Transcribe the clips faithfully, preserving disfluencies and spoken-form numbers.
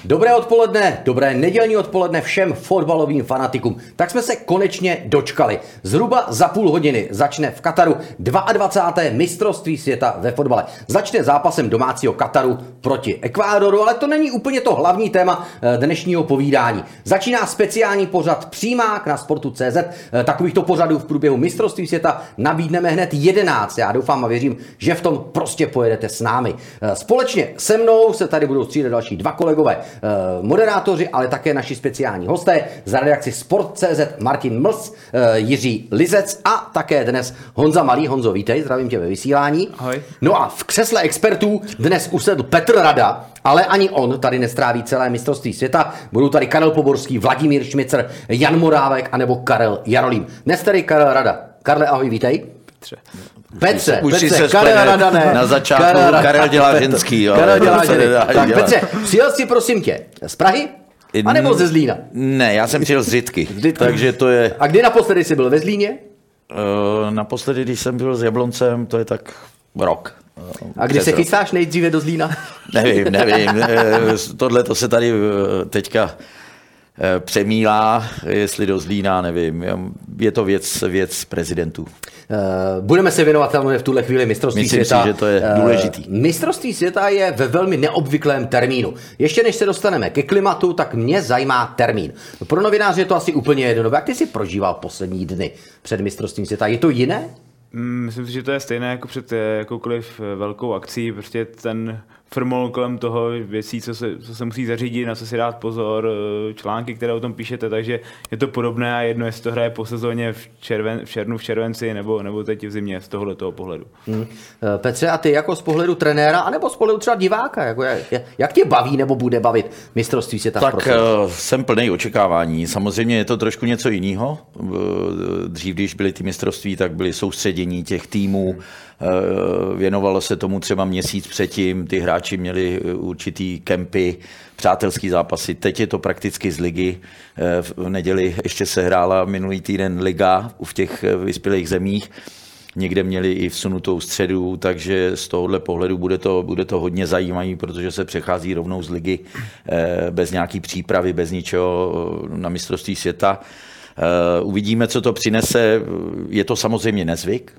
Dobré odpoledne, dobré nedělní odpoledne všem fotbalovým fanatikům. Tak jsme se konečně dočkali. Zhruba za půl hodiny začne v Kataru dvacáté druhé mistrovství světa ve fotbale. Začne zápasem domácího Kataru proti Ekvádoru, ale to není úplně to hlavní téma dnešního povídání. Začíná speciální pořad Přímák na Sportu tečka cé zet. Takovýchto pořadů v průběhu mistrovství světa nabídneme hned jedenáct. Já doufám a věřím, že v tom prostě pojedete s námi. Společně se mnou se tady budou střídat další dva kolegové moderátoři, ale také naši speciální hosté za redakci Sport tečka cé zet Martin Mls, Jiří Lizec a také dnes Honza Malý. Honzo, vítej, zdravím tě ve vysílání. Ahoj. No a v křesle expertů dnes usedl Petr Rada, ale ani on tady nestráví celé mistrovství světa. Budou tady Karel Poborský, Vladimír Šmicer, Jan Morávek anebo Karel Jarolím. Dnes tady Karel Rada. Karle, ahoj, vítej. Petře. Petře, Už Petře, se Karel Rada ne. Na začátku Karel, Karel dělá ženský. Jo. Karel dělá ženský. Tak Petře, přijel jsi prosím tě z Prahy? A nebo ze Zlína? Ne, já jsem přijel z Řitky, takže to je... A kdy naposledy jsi byl ve Zlíně? Uh, naposledy, když jsem byl s Jabloncem, to je tak rok. A kdy se chystáš nejdříve do Zlína? Nevím, nevím. Tohle to se tady teďka přemílá, jestli do Zlína, nevím. Je to věc, věc prezidentů. Budeme se věnovat v tuhle chvíli mistrovství Myslím světa. Myslím si, že to je důležitý. Mistrovství světa je ve velmi neobvyklém termínu. Ještě než se dostaneme ke klimatu, tak mě zajímá termín. Pro novináře je to asi úplně jedno. Jak ty jsi prožíval poslední dny před mistrovstvím světa? Je to jiné? Myslím si, že to je stejné jako před jakoukoliv velkou akcí. Prostě ten formol kolem toho věcí, co se, co se musí zařídit, na co si dát pozor, články, které o tom píšete, takže je to podobné a jedno, jestli to hraje po sezóně v, červen, v červnu, v červenci nebo, nebo teď v zimě z tohoto pohledu. Hmm. Petře, a ty jako z pohledu trenéra, anebo z pohledu třeba diváka, jako jak, jak tě baví nebo bude bavit mistrovství světa? Tak uh, jsem plný očekávání. Samozřejmě je to trošku něco jiného. Dřív, když byly ty mistrovství, tak byly soustředění těch týmů. Věnovalo se tomu třeba měsíc předtím, ty hráči měli určitý kempy, přátelský zápasy. Teď je to prakticky z ligy. V neděli ještě se hrála minulý týden liga v těch vyspělých zemích. Někde měli i vsunutou středu, takže z tohohle pohledu bude to, bude to hodně zajímavý, protože se přechází rovnou z ligy bez nějaký přípravy, bez ničeho na mistrovství světa. Uvidíme, co to přinese. Je to samozřejmě nezvyk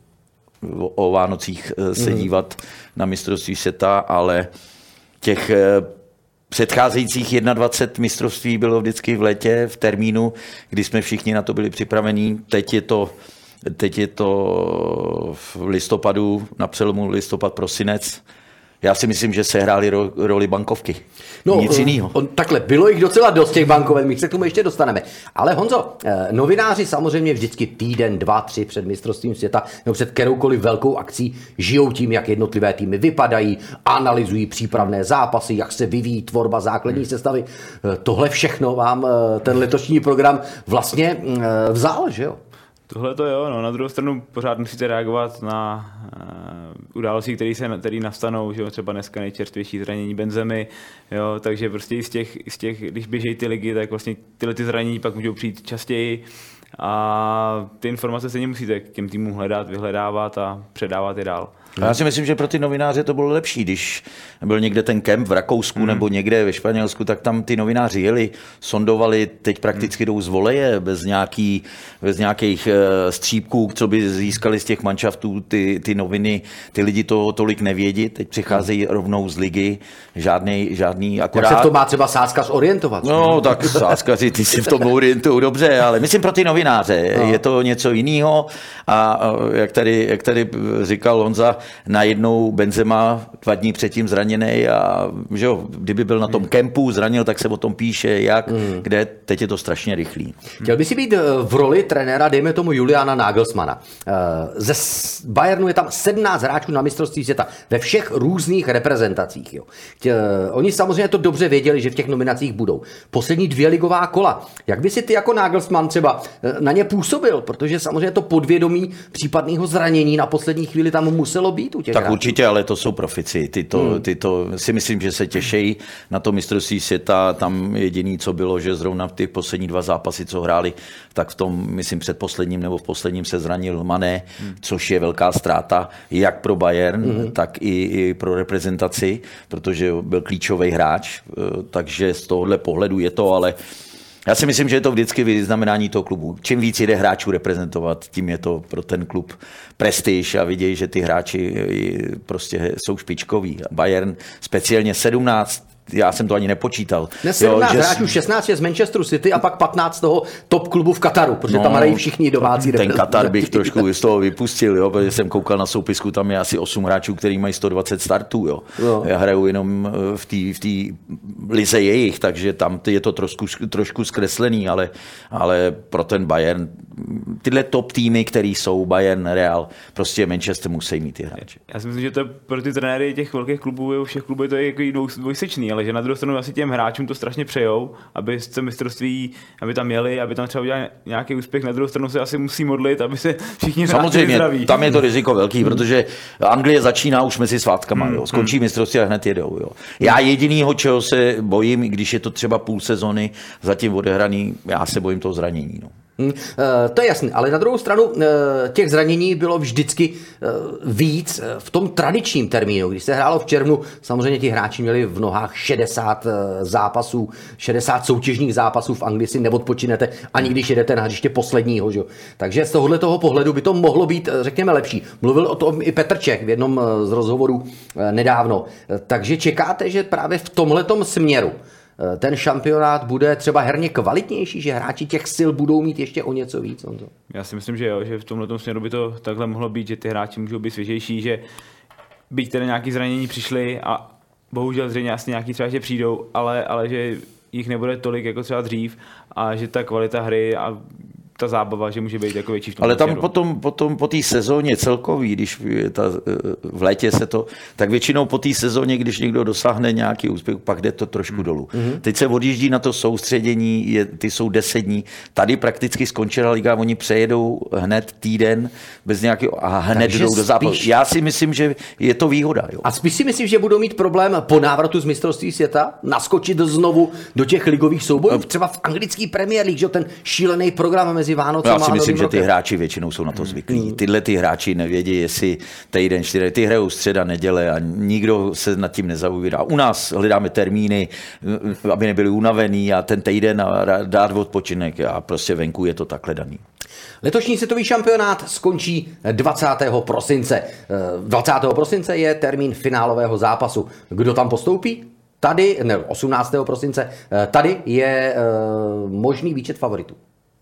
o Vánocích se dívat na mistrovství světa, ale těch předcházejících dvacet jedna mistrovství bylo vždycky v létě, v termínu, kdy jsme všichni na to byli připravení. Teď je to, teď je to v listopadu, na přelomu listopad, prosinec. Já si myslím, že se hrály ro, roli bankovky. No, nic jiného. Takhle, bylo jich docela dost těch bankoven, my se k tomu ještě dostaneme. Ale Honzo, eh, novináři samozřejmě vždycky týden, dva, tři před mistrovstvím světa nebo před kteroukoliv velkou akcí žijou tím, jak jednotlivé týmy vypadají, analyzují přípravné zápasy, jak se vyvíjí tvorba základní hmm. sestavy. Eh, tohle všechno vám eh, ten letošní program vlastně eh, vzal, že jo? Tohle to jo, no. Na druhou stranu pořád musíte reagovat na uh, události, které se který nastanou, že jo, třeba dneska nejčerstvější zranění Benzemy, jo, takže prostě i z těch, z těch, když běžejí ty ligy, tak vlastně tyhle ty zranění pak můžou přijít častěji a ty informace se musíte k těm týmům hledat, vyhledávat a předávat je dál. Já si myslím, že pro ty novináře to bylo lepší, když byl někde ten kemp v Rakousku mm. nebo někde ve Španělsku, tak tam ty novináři jeli, sondovali, teď prakticky jdou z voleje, bez, nějaký, bez nějakých uh, střípků, co by získali z těch manšaftů ty, ty noviny, ty lidi to tolik nevědí, teď přicházejí mm. rovnou z ligy, žádný, žádný akorát. Jak se v tom má třeba sázkař orientovat? No, tak sázkaři, ty si v tom orientují dobře, ale myslím pro ty novináře, no. Je to něco jiného a jak tady, jak tady říkal Honza, najednou Benzema dva dní předtím zraněný a že jo, kdyby byl na tom kempu, zranil, tak se o tom píše, jak, mm. kde, teď je to strašně rychlý. Chtěl by si být v roli trenéra, dejme tomu Juliana Nagelsmana. Ze Bayernu je tam sedmnáct hráčů na mistrovství světa ve všech různých reprezentacích. Jo. Oni samozřejmě to dobře věděli, že v těch nominacích budou. Poslední dvě ligová kola. Jak by si ty jako Nagelsmann třeba na ně působil? Protože samozřejmě to podvědomí případného zranění na poslední chvíli tam muselo mělo být u těch Tak hráčů. určitě, ale to jsou profici. Ty to, hmm. ty to si myslím, že se těší na to mistrovství světa. Tam jediný, co bylo, že zrovna v ty poslední dva zápasy, co hráli, tak v tom, myslím, předposledním nebo v posledním se zranil Mané, hmm. což je velká ztráta, jak pro Bayern, hmm. tak i, i pro reprezentaci, protože byl klíčový hráč, takže z tohohle pohledu je to, ale já si myslím, že je to vždycky vyznamenání toho klubu. Čím víc jde hráčů reprezentovat, tím je to pro ten klub prestiž a vidějí, že ty hráči prostě jsou špičkoví. Bayern speciálně sedmnáct, já jsem to ani nepočítal. Ne sedmnáct hráčů, šestnáct je z Manchesteru City a pak patnáct toho top klubu v Kataru, protože no, tam hrají všichni domácí. Ten Katar bych trošku z toho vypustil, jo, protože jsem koukal na soupisku, tam je asi osm hráčů, kteří mají sto dvacet startů. Jo. No. Já hraju jenom v té v té lize jejich, takže tam je to trošku, trošku zkreslený, ale, ale pro ten Bayern, tyhle top týmy, který jsou Bayern, Real, prostě Manchester musí mít ty hráče. Já si myslím, že to pro ty trenéry těch velkých klubů, všech klubů je to jako dvojsečný, ale že na druhou stranu asi těm hráčům to strašně přejou, aby se mistrovství, aby tam jeli, aby tam třeba udělali nějaký úspěch. Na druhou stranu se asi musí modlit, aby se všichni samozřejmě zdraví. Tam je to riziko velký, protože Anglie začíná už mezi svátkama, jo. Skončí hmm. mistrovství a hned jedou. Jo. Já jedinýho, čeho se bojím, když je to třeba půl sezony zatím odehraný, já se bojím toho zranění. No. Hmm, to je jasné, ale na druhou stranu těch zranění bylo vždycky víc v tom tradičním termínu. Když se hrálo v červnu, samozřejmě ti hráči měli v nohách šedesát zápasů, šedesát soutěžních zápasů, v Anglii si neodpočinete, ani když jedete na hřiště posledního. Že? Takže z tohohle toho pohledu by to mohlo být, řekněme, lepší. Mluvil o tom i Petr Čech v jednom z rozhovorů nedávno. Takže čekáte, že právě v tomhletom směru ten šampionát bude třeba herně kvalitnější, že hráči těch sil budou mít ještě o něco víc? On to. Já si myslím, že jo, že v tomhle směru by to takhle mohlo být, že ty hráči můžou být svěžejší, že byť tedy nějaký zranění přišly a bohužel zřejmě asi nějaký třeba že přijdou, ale, ale že jich nebude tolik jako třeba dřív a že ta kvalita hry a ta zábava, že může být jako větší v tom. Ale tam potom, potom po té sezóně celkový, když ta, v létě se to, tak většinou po té sezóně, když někdo dosáhne nějaký úspěch, pak jde to trošku hmm. dolů. Mm-hmm. Teď se odjíždí na to soustředění, je, ty jsou deset dní. Tady prakticky skončila liga, oni přejedou hned týden bez nějakého a hned Takže jdou do zápasu. Spíš... Já si myslím, že je to výhoda. Jo. A spíš si myslím, že budou mít problém po návratu z mistrovství světa naskočit znovu do těch ligových soubojů, no. třeba v anglický Premier League, že ten šílený program mezi Vánocem. Já si myslím, že ty hráči většinou jsou na to zvyklí. Hmm. Tyhle ty hráči nevědí, jestli týden, čtyři, ty hrajou středa, neděle a nikdo se nad tím nezaujímá. U nás hledáme termíny, aby nebyli unavený a ten týden a dát odpočinek a prostě venku je to takhle daný. Letošní světový šampionát skončí dvacátého prosince. dvacátého prosince je termín finálového zápasu. Kdo tam postoupí? Tady, ne, osmnáctého prosince, tady je uh, možný výčet favoritů.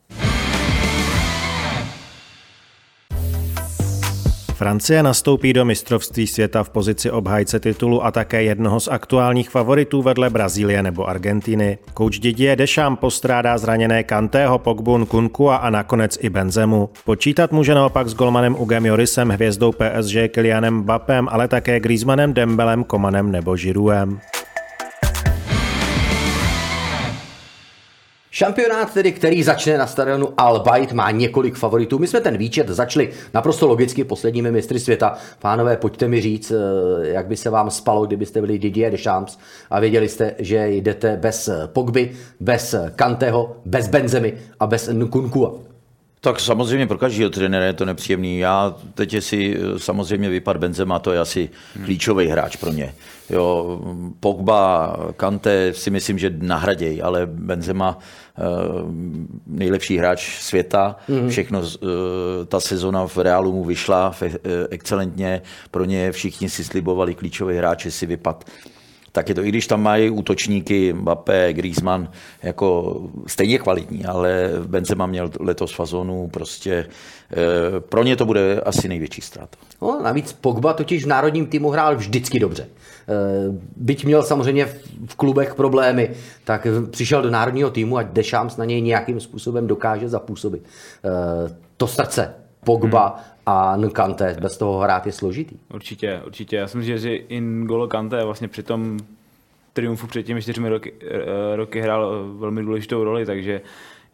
Francie nastoupí do mistrovství světa v pozici obhájce titulu a také jednoho z aktuálních favoritů vedle Brazílie nebo Argentiny. Kouč Didier Deschamps postrádá zraněné Kantého, Pogbu, Nkunkua a nakonec i Benzemu. Počítat může naopak s golmanem Ugem Jorisem, hvězdou P S G Kylianem Mbappem, ale také Griezmannem, Dembelem, Komanem nebo Giroudem. Šampionát tedy, který začne na stadionu Al Bayt, má několik favoritů. My jsme ten výčet začali naprosto logicky posledními mistry světa. Pánové, pojďte mi říct, jak by se vám spalo, kdybyste byli Didier Deschamps a věděli jste, že jdete bez Pogby, bez Kanteho, bez Benzemy a bez Nkunkua. Tak samozřejmě pro každého trenéra je to nepříjemný. Já teď si samozřejmě vypad Benzema, to je asi klíčový hráč pro ně. Jo, Pogba, Kanté si myslím, že nahraděj, ale Benzema nejlepší hráč světa. Všechno, ta sezona v Reálu mu vyšla excelentně. Pro ně všichni si slibovali klíčové hráče si vypad. Tak je to, i když tam mají útočníky Mbappé, Griezmann, jako stejně kvalitní, ale Benzema měl letos fazonu, prostě pro ně to bude asi největší ztráta. No, navíc Pogba totiž v národním týmu hrál vždycky dobře. Byť měl samozřejmě v klubech problémy, tak přišel do národního týmu a Deschamps na něj nějakým způsobem dokáže zapůsobit. To srdce Pogba hmm. a Nkanté, bez toho hrát je složitý. Určitě, určitě. Já si myslím, že i N'Golo Kanté vlastně při tom triumfu před těmi čtyřmi roky, roky hrál velmi důležitou roli, takže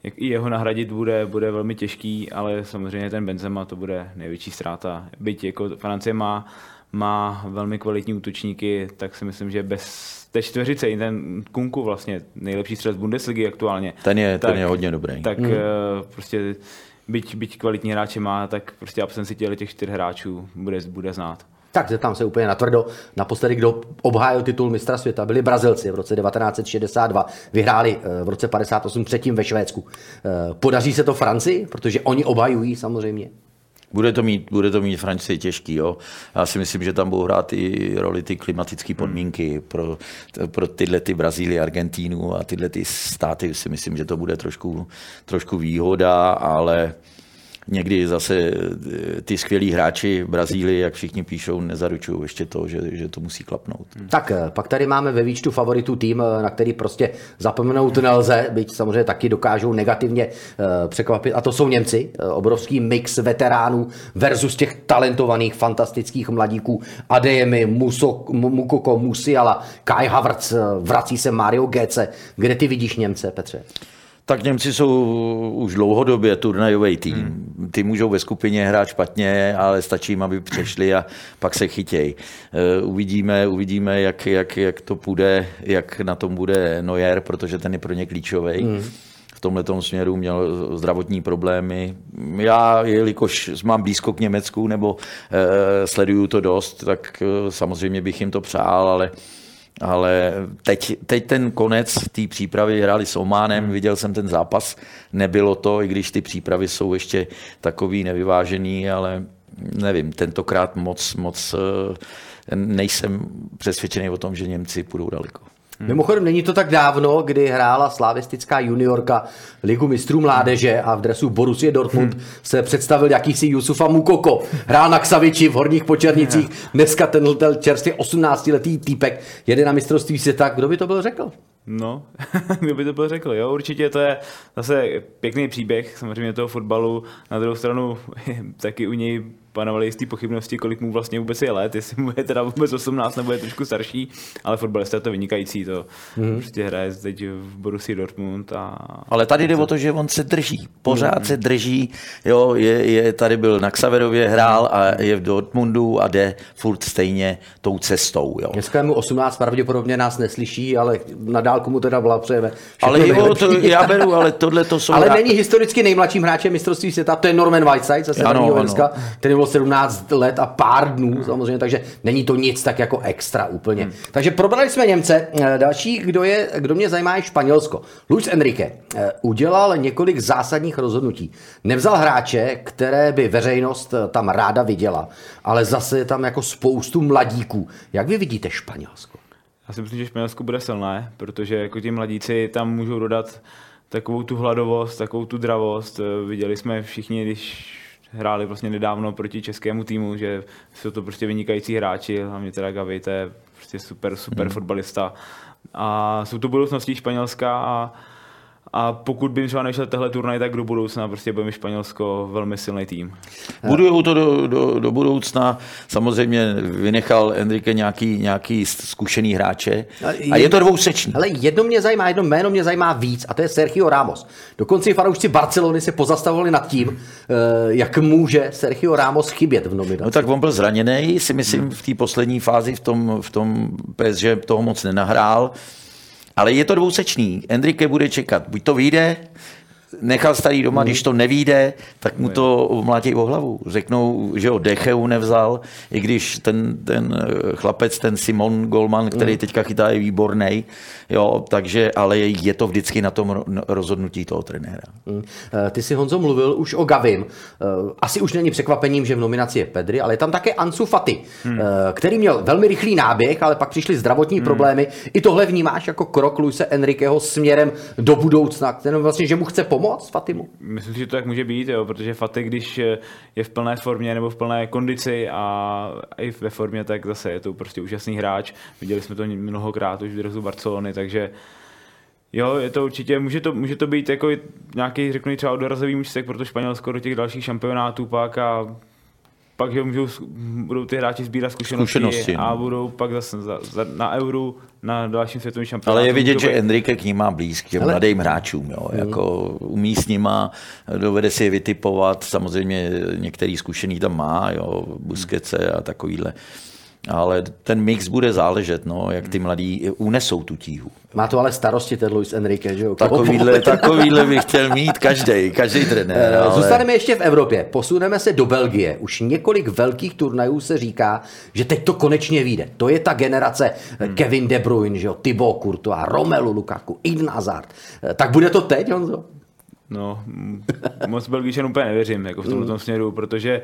jak i jeho nahradit bude, bude velmi těžký, ale samozřejmě ten Benzema to bude největší ztráta. Byť jako Francie má, má velmi kvalitní útočníky, tak si myslím, že bez té čtveřice, i ten Kunku vlastně nejlepší střelec Bundesligy aktuálně. Ten je, tak, ten je hodně dobrý. Tak hmm. prostě byť, byť kvalitní hráče má, tak prostě absenci těch čtyř hráčů bude, bude znát. Tak zeptám se úplně natvrdo. Naposledy, kdo obhájil titul mistra světa, byli Brazilci v roce devatenáct set šedesát dva. Vyhráli v roce padesát osm předtím ve Švédsku. Podaří se to Francii? Protože oni obhajují samozřejmě. Bude to mít, bude to mít Francii těžký, jo. Já si myslím, že tam budou hrát i roli ty klimatické podmínky pro, pro tyhle ty Brazílii, Argentínu a tyhle ty státy si myslím, že to bude trošku, trošku výhoda, ale někdy zase ty skvělí hráči v Brazílii, jak všichni píšou, nezaručují ještě to, že, že to musí klapnout. Tak pak tady máme ve výčtu favoritů tým, na který prostě zapomenout nelze, byť samozřejmě taky dokážou negativně překvapit. A to jsou Němci. Obrovský mix veteránů versus těch talentovaných, fantastických mladíků. Adeyemi, Mukoko, Musiala, Kai Havertz, vrací se Mario Götze. Kde ty vidíš Němce, Petře? Tak Němci jsou už dlouhodobě turnajový tým. Hmm. Ty můžou ve skupině hrát špatně, ale stačí jim, aby přešli a pak se chytějí. Uvidíme, uvidíme jak, jak, jak to půjde, jak na tom bude Neuer, protože ten je pro ně klíčový. Hmm. V tomhletom směru měl zdravotní problémy. Já, jelikož mám blízko k Německu nebo eh, sleduju to dost, tak eh, samozřejmě bych jim to přál, ale Ale teď, teď ten konec té přípravy hráli s Ománem, viděl jsem ten zápas, nebylo to, i když ty přípravy jsou ještě takový nevyvážený, ale nevím, tentokrát moc, moc nejsem přesvědčený o tom, že Němci půjdou daleko. Hmm. Mimochodem, není to tak dávno, kdy hrála slavistická juniorka Ligu mistrů mládeže a v dresu Borussie Dortmund hmm. se představil jakýsi Yusufa Mukoko. Hrál na Ksaviči v Horních Počernicích. Dneska ten čerstvě osmnáctiletý týpek jede na mistrovství světa. Kdo by to byl řekl? No, kdo by to byl řekl, jo, určitě to je zase pěkný příběh samozřejmě toho fotbalu. Na druhou stranu taky u něj panovaly jistý pochybnosti, kolik mu vlastně vůbec je let, jestli mu je teda vůbec osmnáct nebo je trošku starší, ale fotbalista je to vynikající, to mm. prostě hraje teď v Borussii Dortmund. A... Ale tady jde o to, že on se drží, pořád mm. se drží, jo, je, je, tady byl na Xaverově, hrál a je v Dortmundu a jde furt stejně tou cestou, jo. Dneska je mu osmnáct, pravděpodobně nás neslyší, ale na dálku mu teda blahopřejeme. Ale jo, to já beru, ale tohle to jsou... Ale není historicky nejmladším hráčem mistrovství světa, to je Norman Whiteside ze Severního Irska, který byl sedmnáct let a pár dnů samozřejmě, takže není to nic tak jako extra úplně. Hmm. Takže probrali jsme Němce. Další, kdo, je, kdo mě zajímá, je Španělsko. Luis Enrique udělal několik zásadních rozhodnutí. Nevzal hráče, které by veřejnost tam ráda viděla, ale zase je tam jako spoustu mladíků. Jak vy vidíte Španělsko? Já si myslím, že Španělsko bude silné, protože jako ti mladíci tam můžou dodat takovou tu hladovost, takovou tu dravost. Viděli jsme všichni, když hráli vlastně nedávno proti českému týmu, že jsou to prostě vynikající hráči, hlavně teda Gavi, to je prostě super, super mm. fotbalista. A jsou to budoucnosti Španělska a, a pokud by třeba nešel tehle turnaj, tak do budoucna prostě bude Španělsko velmi silný tým. Budujou to do, do, do budoucna. Samozřejmě vynechal Enrique nějaký, nějaký zkušený hráče a je to dvousečný. Ale jedno mě zajímá, jedno jméno mě zajímá víc a to je Sergio Ramos. Dokonce i fanoušci Barcelony se pozastavovali nad tím, jak může Sergio Ramos chybět v nominaci. No tak on byl zraněný, si myslím, v té poslední fázi v tom, v tom P S G toho moc nenahrál. Ale je to dvousečný. Enrique bude čekat. Buď to vyjde, nechal starý doma, mm. když to nevyjde, tak mu to mlátěj o hlavu. Řeknou, že ho Decheu nevzal, i když ten, ten chlapec, ten Simon Golman, který mm. teďka chytá, je výborný, jo, takže, ale je to vždycky na tom rozhodnutí toho trenéra. Mm. Ty si, Honzo, mluvil už o Gavim. Asi už není překvapením, že v nominaci je Pedri, ale je tam také Ansu Fati, mm. který měl velmi rychlý náběh, ale pak přišly zdravotní mm. problémy. I tohle vnímáš jako krok Luise Enriqueho směrem do budoucna, ten vlastně, že mu chce pomoct? Moc Fatimu? Myslím, že to tak může být, jo, protože Fati, když je v plné formě nebo v plné kondici a i ve formě, tak zase je to prostě úžasný hráč. Viděli jsme to mnohokrát už v dresu Barcelony, takže jo, je to určitě, může to, může to být jako nějaký, řeknu třeba odrazový můstek pro to Španělsko do těch dalších šampionátů pak a pak že můžou, budou ty hráči sbírat zkušenosti, zkušenosti a budou pak zase za, za, na Euru, na dalším světovém šampionátu. Ale je vidět, že Enrique k ním má blízk, těm Ale... mladým hráčům. Jo. Mm. Jako umí s nima, dovede si je vytipovat, samozřejmě některý zkušený tam má, jo, Busquetse a takovýhle. Ale ten mix bude záležet, no, jak ty mladí unesou tu tíhu. Má to ale starosti ten Luis Enrique, že jo? Takovýhle, takovýhle bych chtěl mít každý, každý trenér. Ale... Zůstaneme ještě v Evropě, posuneme se do Belgie. Už několik velkých turnajů se říká, že teď to konečně vyjde. To je ta generace hmm. Kevin De Bruyne, že jo? Thibaut Courtois, Romelu Lukaku, Eden Hazard. Tak bude to teď, Honzo? No, moc Belgičanům úplně nevěřím jako v tomto hmm. směru, protože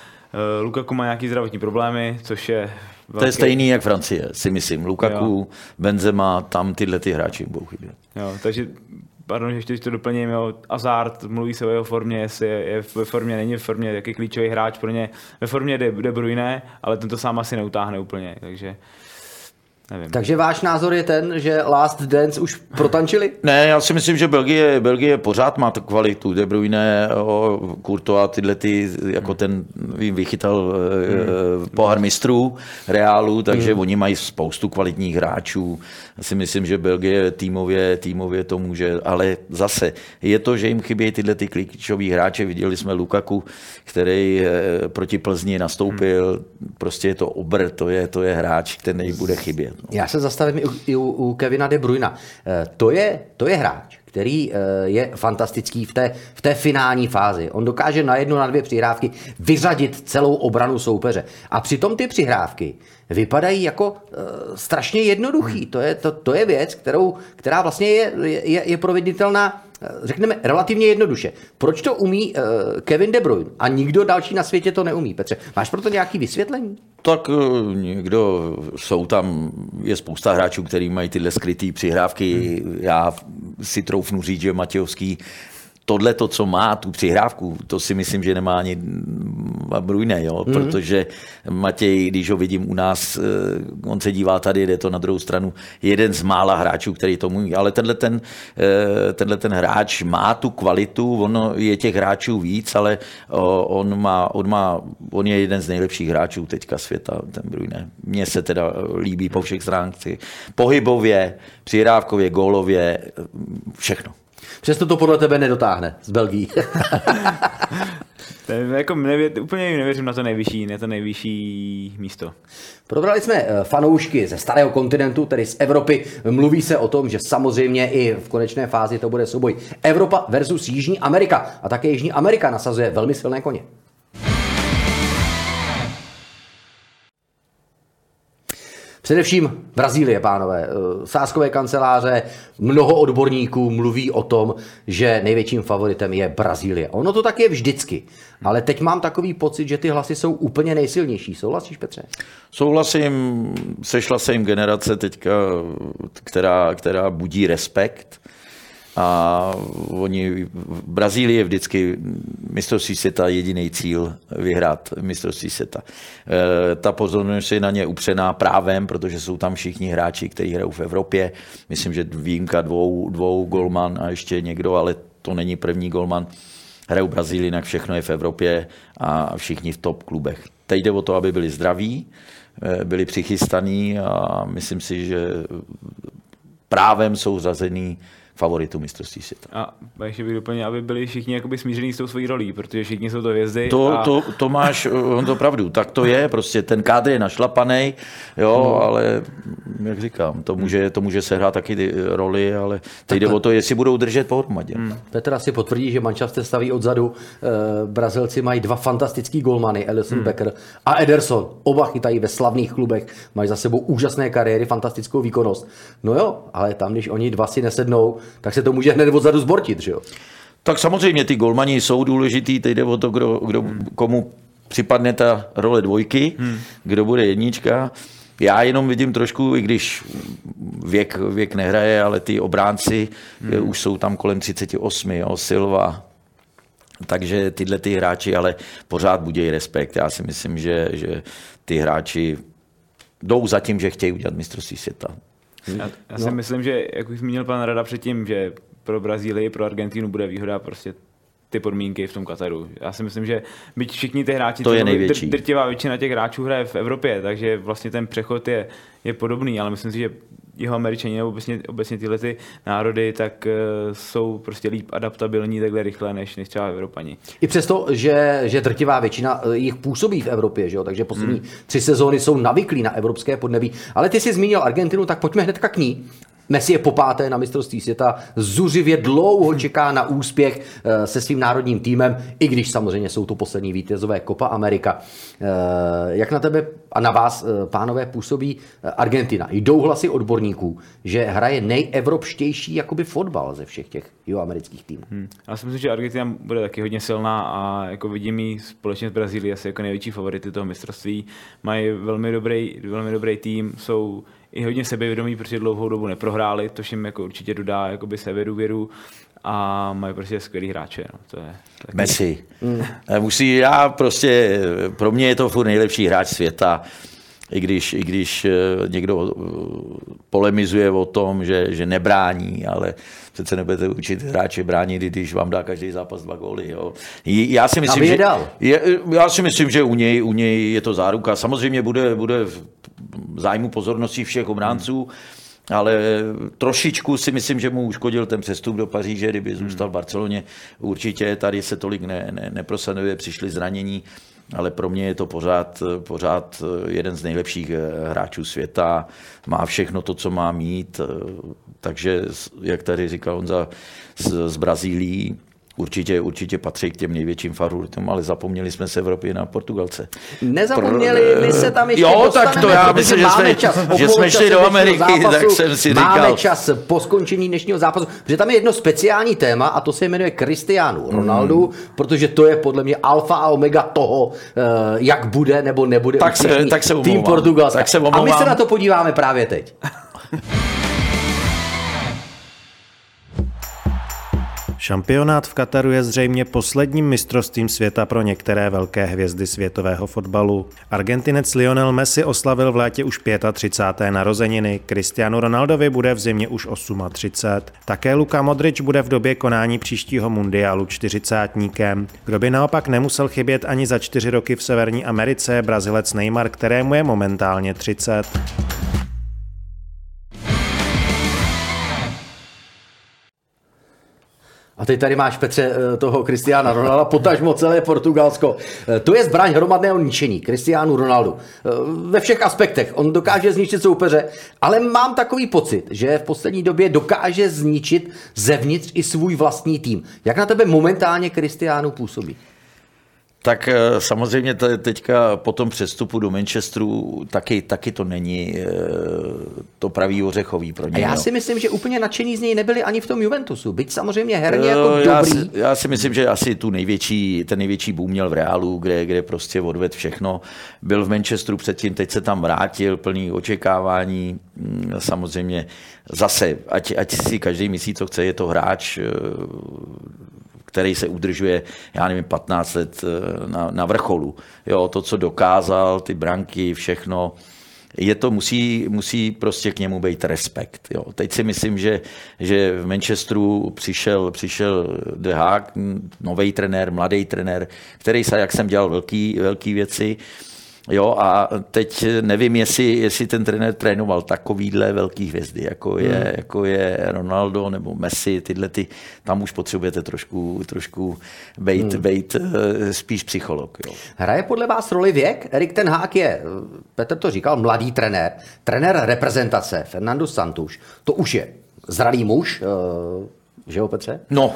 uh, Lukaku má nějaký zdravotní problémy, což je velký... To je stejný jak Francie, si myslím. Lukaku, jo. Benzema, tam tyhle ty hráči budou chybět. Jo, takže, pardon, že ještě to doplním, jo, Hazard, mluví se o jeho formě, jestli je, je ve formě, není v formě, jaký klíčový hráč pro ně. Ve formě De, De Bruyne, ale ten to sám asi neutáhne úplně, takže... Nevím. Takže váš názor je ten, že Last Dance už protančili? Ne, já si myslím, že Belgie, Belgie pořád má tu kvalitu. De Bruyne, Courtois, tyhle ty, jako ten vychytal hmm. pohár mistrů Reálu, takže hmm. oni mají spoustu kvalitních hráčů. Já si myslím, že Belgie týmově, týmově to může, ale zase je to, že jim chybějí tyhle ty klíčoví hráče. Viděli jsme Lukaku, který proti Plzni nastoupil, hmm. prostě je to obr, to je, to je hráč, který bude chybět. No. Já se zastavím i u, i u, u Kevina De Bruyna. To je, to je hráč, který je fantastický v té, v té finální fázi. On dokáže na jednu, na dvě přihrávky vyřadit celou obranu soupeře. A přitom ty přihrávky vypadají jako uh, strašně jednoduchý. To je, to, to je věc, kterou, která vlastně je, je, je proveditelná, řekneme, relativně jednoduše. Proč to umí uh, Kevin De Bruyne a nikdo další na světě to neumí? Petře, máš pro to nějaké vysvětlení? Tak někdo, jsou tam, je spousta hráčů, kteří mají tyhle skrytý přihrávky. Hmm. Já si troufnu říct, že Matějovský tohle to, co má, tu přihrávku, to si myslím, že nemá ani Bruyne, jo? Mm-hmm. Protože Matěj, když ho vidím u nás, on se dívá tady, jde to na druhou stranu, jeden z mála hráčů, který to umí, ale tenhle ten, tenhle ten hráč má tu kvalitu, ono je těch hráčů víc, ale on, má, on, má, on je jeden z nejlepších hráčů teďka světa, ten Bruyne. Mně se teda líbí po všech stránkách. Pohybově, přihrávkově, gólově, všechno. Přesto to podle tebe nedotáhne z Belgii. jako nevě, úplně nevěřím na to nejvyšší, na to nejvyšší místo. Probrali jsme fanoušky ze starého kontinentu, tedy z Evropy. Mluví se o tom, že samozřejmě i v konečné fázi to bude souboj Evropa versus Jižní Amerika. A také Jižní Amerika nasazuje velmi silné koně. Především Brazílie, pánové. Sázkové kanceláře, mnoho odborníků mluví o tom, že největším favoritem je Brazílie. Ono to tak je vždycky, ale teď mám takový pocit, že ty hlasy jsou úplně nejsilnější. Souhlasíš, Petře? Souhlasím, sešla se jim generace teďka, která, která budí respekt. A oni, v Brazílii je vždycky mistrovství světa jediný cíl vyhrát mistrovství světa. E, ta pozornost je na ně upřená právem, protože jsou tam všichni hráči, kteří hrajou v Evropě. Myslím, že výjimka dvou, dvou golman a ještě někdo, ale to není první golman. Hrajou v Brazílii, jinak všechno je v Evropě a všichni v top klubech. Teď jde o to, aby byli zdraví, byli přichystaní a myslím si, že právem jsou řazený favoritu mistrovství světa. A ještě bych doplnil, aby byli všichni jakoby smíření s tou svojí rolí, protože všichni jsou to hvězdy. To, a... to, to máš on to pravdu, tak to je, prostě ten kádr je našlapaný, jo, no. Ale jak říkám, to může, to může sehrát taky ty roli, ale teď jde o to, jestli budou držet pohromadě. Hmm. Petr asi potvrdí, že Manchester staví odzadu. E, Brazilci mají dva fantastický golmany, Alisson hmm. Becker a Ederson. Oba chytají ve slavných klubech, mají za sebou úžasné kariéry, fantastickou výkonnost. No jo, ale tam, když oni dva si nesednou, tak se to může hned odzadu zbortit, že jo? Tak samozřejmě ty golmani jsou důležitý, teď jde o to, kdo, kdo, komu připadne ta role dvojky, hmm. kdo bude jednička. Já jenom vidím trošku, i když věk, věk nehraje, ale ty obránci hmm. už jsou tam kolem třicet osm, jo, Silva. Takže tyhle ty hráči ale pořád budějí respekt. Já si myslím, že, že ty hráči jdou za tím, že chtějí udělat mistrovství světa. Já, já si no. myslím, že jak už zmínil pan Rada předtím, že pro Brazílii, pro Argentínu bude výhoda prostě ty podmínky v tom Kataru. Já si myslím, že byť všichni ty hráči, to je největší. Drtivá většina těch hráčů hraje v Evropě, takže vlastně ten přechod je, je podobný, ale myslím si, že jeho Američani nebo obecně, obecně tyhle ty národy tak uh, jsou prostě líp adaptabilní takhle rychle než, než třeba Evropani. I přesto, že, že drtivá většina jich působí v Evropě, že jo? Takže poslední hmm. tři sezóny jsou navyklí na evropské podnebí. Ale ty jsi zmínil Argentinu, tak pojďme hnedka k ní. Messi je popáté na mistrovství světa, zuřivě dlouho čeká na úspěch se svým národním týmem, i když samozřejmě jsou to poslední vítězové Copa America. Jak na tebe a na vás, pánové, působí Argentina? Jdou hlasy odborníků, že hraje nejevropštější jakoby fotbal ze všech těch jihoamerických týmů. Hmm. Já si myslím, že Argentina bude taky hodně silná a jako vidím ji společně s Brazílií asi jako největší favority toho mistrovství. Mají velmi dobrý, velmi dobrý tým, jsou i hodně sebevědomí, protože dlouhou dobu neprohráli, to jim jako určitě dodá jakoby sebedůvěru a mají prostě skvělý hráče. No. To je taky... Messi. Mm. Musí, já prostě, pro mě je to furt nejlepší hráč světa, i když, i když někdo polemizuje o tom, že, že nebrání, ale přece nebudete učit hráče bránit, když vám dá každý zápas dva góly. Jo. Já si myslím, že, je, já si myslím, že u něj, u něj je to záruka. Samozřejmě bude, bude v zájmu pozornosti všech obránců, hmm. ale trošičku si myslím, že mu uškodil ten přestup do Paříže, kdyby zůstal v Barceloně. Určitě tady se tolik ne, ne, neprosaduje, přišli zranění, ale pro mě je to pořád, pořád jeden z nejlepších hráčů světa. Má všechno to, co má mít. Takže, jak tady říkal Honza, z, z Brazílií, Určitě, určitě patří k těm největším favoritům, ale zapomněli jsme se v Evropě na Portugalce. Nezapomněli, Pro... my se tam ještě jo, dostaneme, tak to já myslím, že jsme, čas, že jsme šli do Ameriky, zápasu, tak jsem si říkal. Máme čas po skončení dnešního zápasu, protože tam je jedno speciální téma a to se jmenuje Cristiano Ronaldo, hmm. protože to je podle mě alfa a omega toho, jak bude nebo nebude tak se, tak se tým Portugalska. Tak se a my se na to podíváme právě teď. Šampionát v Kataru je zřejmě posledním mistrovstvím světa pro některé velké hvězdy světového fotbalu. Argentinec Lionel Messi oslavil v létě už třicáté páté narozeniny, Cristiano Ronaldovi bude v zimě už třicet osm. Také Luka Modrič bude v době konání příštího mundiálu čtyřicátníkem. Kdo by naopak nemusel chybět ani za čtyři roky v Severní Americe, je Brazilec Neymar, kterému je momentálně třicet. A teď tady máš, Petře, toho Cristiana Ronalda, potažmo celé Portugalsko. To je zbraň hromadného ničení, Cristiano Ronaldo. Ve všech aspektech. On dokáže zničit soupeře, ale mám takový pocit, že v poslední době dokáže zničit zevnitř i svůj vlastní tým. Jak na tebe momentálně Cristiano působí? Tak samozřejmě teďka po tom přestupu do Manchesteru taky, taky to není to pravý ořechový pro ně. A já si myslím, že úplně nadšení z něj nebyli ani v tom Juventusu, byť samozřejmě herně jako já dobrý. Si, já si myslím, že asi tu největší, ten největší boom měl v Reálu, kde, kde prostě odvedl všechno. Byl v Manchesteru předtím, teď se tam vrátil, plný očekávání. Samozřejmě zase, ať, ať si každý myslí, co chce, je to hráč, který se udržuje, já nevím, patnáct let na, na vrcholu. Jo, to, co dokázal, ty branky, všechno, je to, musí, musí prostě k němu být respekt. Jo. Teď si myslím, že, že v Manchesteru přišel, přišel De Haag, nový trenér, mladý trenér, který se, jak jsem dělal, velký, velký věci. Jo, a teď nevím, jestli, jestli ten trenér trénoval takovýhle velký hvězdy, jako je, hmm. jako je Ronaldo nebo Messi, tyhle ty, tam už potřebujete trošku, trošku bejt, hmm. bejt spíš psycholog. Jo. Hraje podle vás roli věk? Erik ten Hag je, Petr to říkal, mladý trenér, trenér reprezentace, Fernando Santos, to už je zralý muž, že jo, Petře? No.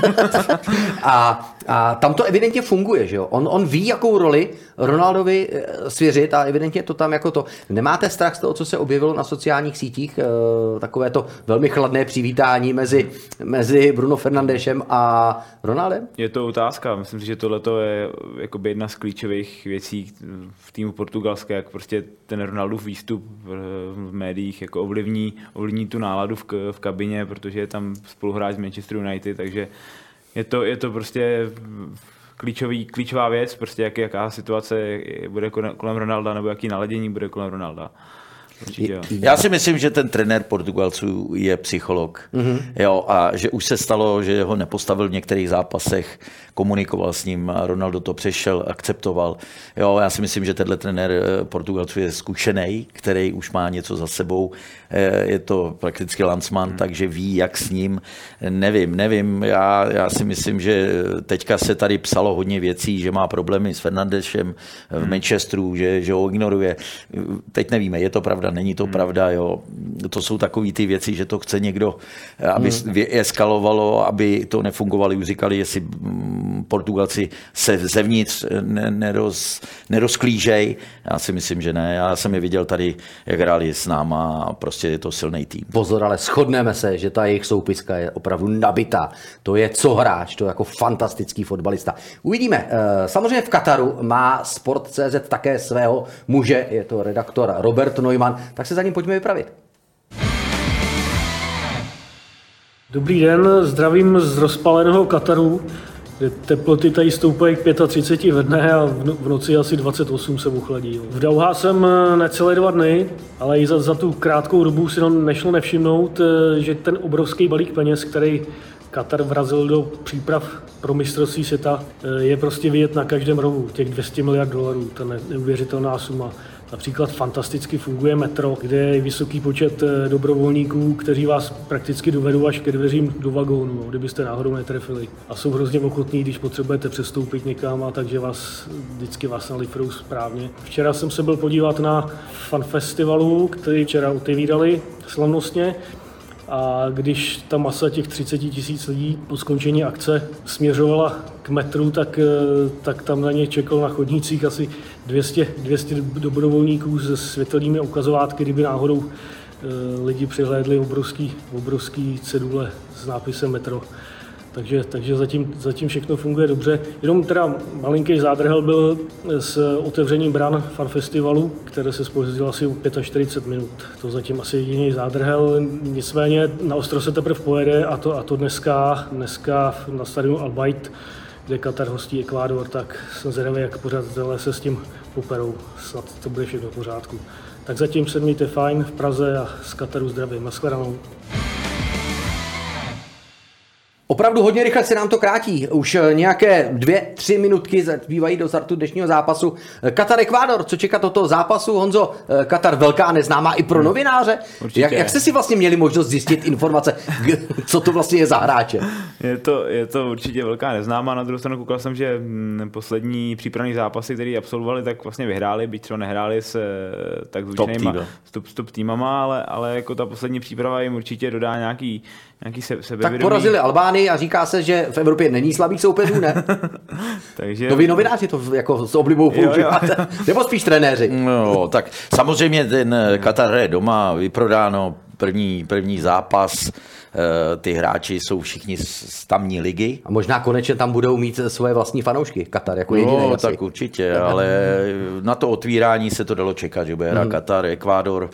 a, a tam to evidentně funguje, že jo? On, on ví, jakou roli Ronaldovi svěřit a evidentně to tam jako to. Nemáte strach z toho, co se objevilo na sociálních sítích? E, takové to velmi chladné přivítání mezi, mezi Bruno Fernandešem a Ronaldem? Je to otázka. Myslím si, že tohle je jakoby jedna z klíčových věcí v týmu Portugalska, jak prostě ten Ronaldův výstup v médiích jako ovlivní, ovlivní tu náladu v, v kabině, protože je tam spoluhráč z Manchester United, takže je to, je to prostě klíčový, klíčová věc, prostě jak, jaká situace bude kolem Ronalda nebo jaký naladění bude kolem Ronalda. Určitě, Já si myslím, že ten trenér Portugalců je psycholog. Mm-hmm. Jo, a že už se stalo, že ho nepostavil v některých zápasech, komunikoval s ním a Ronaldo to přešel, akceptoval. Jo, já si myslím, že tenhle trenér Portugalců je zkušený, který už má něco za sebou. Je to prakticky landsman, mm. takže ví, jak s ním. Nevím, nevím. Já, já si myslím, že teďka se tady psalo hodně věcí, že má problémy s Fernandešem v mm. Manchesteru, že, že ho ignoruje. Teď nevíme, je to pravda, není to mm. pravda. Jo. To jsou takové ty věci, že to chce někdo, aby mm. eskalovalo, aby to nefungovalo. Už říkali, jestli Portugalci se zevnitř neroz, nerozklížej. Já si myslím, že ne. Já jsem je viděl tady, jak hráli s náma a prostě je to silný tým. Pozor, ale shodneme se, že ta jejich soupiska je opravdu nabitá. To je co hráč, to je jako fantastický fotbalista. Uvidíme. Samozřejmě v Kataru má Sport tečka cé zet také svého muže, je to redaktor Robert Neumann, tak se za ním pojďme vypravit. Dobrý den, zdravím z rozpaleného Kataru. Teploty tady stoupají k třicet pět ve dne a v noci asi dvacet osm se uchladí. V Dauhá jsem necelé dva dny, ale i za, za tu krátkou dobu si nešlo nevšimnout, že ten obrovský balík peněz, který Katar vrazil do příprav pro mistrovství světa, je prostě vidět na každém rohu. Těch dvě stě miliard dolarů, ta neuvěřitelná suma. Například fantasticky funguje metro, kde je vysoký počet dobrovolníků, kteří vás prakticky dovedou až ke dveřím do vagónu, kdybyste náhodou netrefili. A jsou hrozně ochotní, když potřebujete přestoupit někam, a takže vás vždycky vás nalifrou správně. Včera jsem se byl podívat na fan festivalu, který včera otevírali slavnostně. A když ta masa těch třicet tisíc lidí po skončení akce směřovala k metru, tak, tak tam na ně čekalo na chodnících asi dvě stě, dvě stě dobrovolníků se světelnými ukazovátky, kdyby náhodou lidi přihlédli obrovský, obrovský cedule s nápisem metro. Takže, takže zatím, zatím všechno funguje dobře. Jenom teda malinký zádrhel byl s otevřením bran fan festivalu, které se zpozdilo asi o čtyřicet pět minut. To zatím asi jediný zádrhel. Nicméně na ostro se teprve pojede a to, a to dneska, dneska na stadionu Al Bayt, kde Katar hostí Ekvádor, tak jsem zvědavý, jak pořadatelé se s tím poperou. Snad to bude všechno v pořádku. Tak zatím se mějte fajn v Praze a z Kataru zdravím. Nashledanou. Opravdu hodně rychle se nám to krátí. Už nějaké dvě, tři minutky zbývají do startu dnešního zápasu. Katar Ekvádor, co čekat od toho zápasu? Honzo, Katar velká neznámá i pro novináře. Jak, jak jste si vlastně měli možnost zjistit informace, co to vlastně je za hráče? Je to, je to určitě velká neznámá. Na druhou stranu koukal jsem, že poslední přípravní zápasy, které absolvovali, tak vlastně vyhráli, byť třeba nehráli s tak zvučnýma top, top týmama, ale, ale jako ta poslední příprava jim určitě dodá nějaký nějaký se, sebevědomí. Tak porazili Albánii a říká se, že v Evropě není slabých soupeřů, ne? Takže... To vy novináři to jako s oblibou používáte, nebo spíš trenéři? No, tak samozřejmě ten Katar je doma, vyprodáno první, první zápas, ty hráči jsou všichni z tamní ligy. A možná konečně tam budou mít svoje vlastní fanoušky, Katar jako jediný. No, asi. Tak určitě, ale na to otvírání se to dalo čekat, že bude hrát mm. Katar, Ekvádor.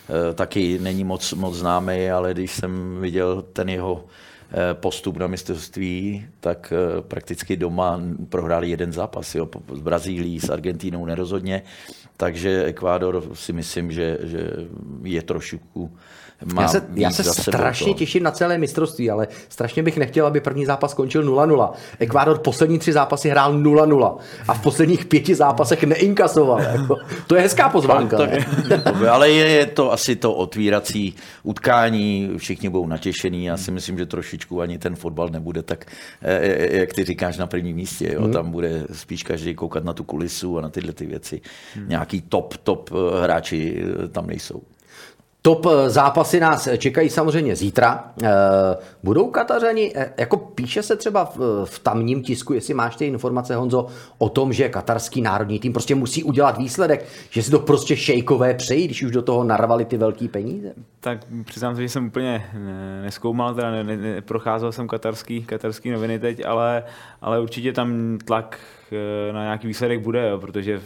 Taky není moc, moc známý, ale když jsem viděl ten jeho postup na mistrovství, tak prakticky doma prohráli jeden zápas. Jo, s Brazílií, s Argentínou nerozhodně. Takže Ekvádor si myslím, že, že je trošku... Já se, já se strašně to. těším na celé mistrovství, ale strašně bych nechtěl, aby první zápas skončil nula nula. Ekvádor poslední tři zápasy hrál nula nula a v posledních pěti zápasech neinkasoval. Jako. To je hezká pozvánka. To, to, ale je, je to asi to otvírací utkání, všichni budou natěšení. Já si myslím, že trošičku ani ten fotbal nebude tak, jak ty říkáš, na prvním místě. Jo? Hmm. Tam bude spíš každý koukat na tu kulisu a na tyhle ty věci. Hmm. Nějaký top, top hráči tam nejsou. Top zápasy nás čekají samozřejmě zítra. Budou Katařani, jako píše se třeba v, v tamním tisku, jestli máš ty informace, Honzo, o tom, že katarský národní tým prostě musí udělat výsledek, že si to prostě šejkové přejí, když už do toho narvali ty velký peníze? Tak přiznám se, že jsem úplně nezkoumal, teda ne, ne, neprocházel jsem katarský, katarský noviny teď, ale, ale určitě tam tlak na nějaký výsledek bude, jo, protože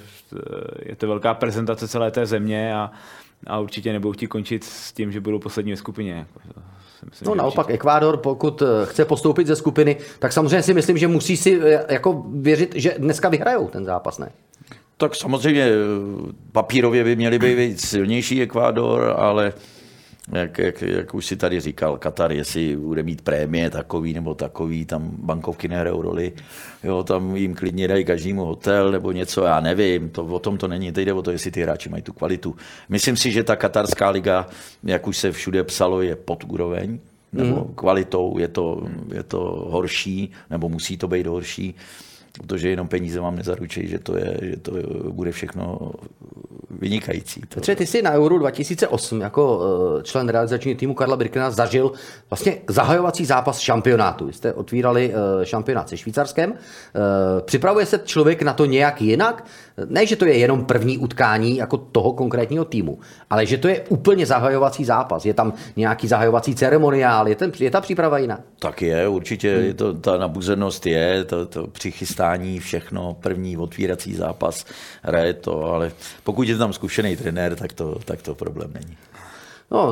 je to velká prezentace celé té země a A určitě nebudou chtít končit s tím, že budou poslední ve skupině. Myslím, no naopak určitě. Ekvádor, pokud chce postoupit ze skupiny, tak samozřejmě si myslím, že musí si jako věřit, že dneska vyhrajou ten zápas, ne? Tak samozřejmě papírově by měli být silnější Ekvádor, ale jak, jak, jak už si tady říkal, Katar, jestli bude mít prémie takový nebo takový, tam bankovky nehrajou roli, jo, tam jim klidně dají každému hotel nebo něco, já nevím, to, o tom to není, teď jde o to, jestli ty hráči mají tu kvalitu. Myslím si, že ta katarská liga, jak už se všude psalo, je pod úroveň, nebo mm. kvalitou je to, je to horší, nebo musí to být horší, protože jenom peníze vám nezaručí, že to, je, že to bude všechno vynikající. Petře, ty jsi na Euro dva tisíce osm jako člen realizačního týmu Karla Birkena zažil vlastně zahajovací zápas šampionátu. Vy jste otvírali šampionát se Švýcarskem. Připravuje se člověk na to nějak jinak? Ne, že to je jenom první utkání jako toho konkrétního týmu, ale že to je úplně zahajovací zápas. Je tam nějaký zahajovací ceremoniál, je, ten, je ta příprava jiná? Tak je, určitě. Hmm. Je to, ta nabuzenost je, to, to přichystání, všechno, první otvírací zápas, hraje to, ale pokud je tam zkušený trenér, tak to, tak to problém není. No,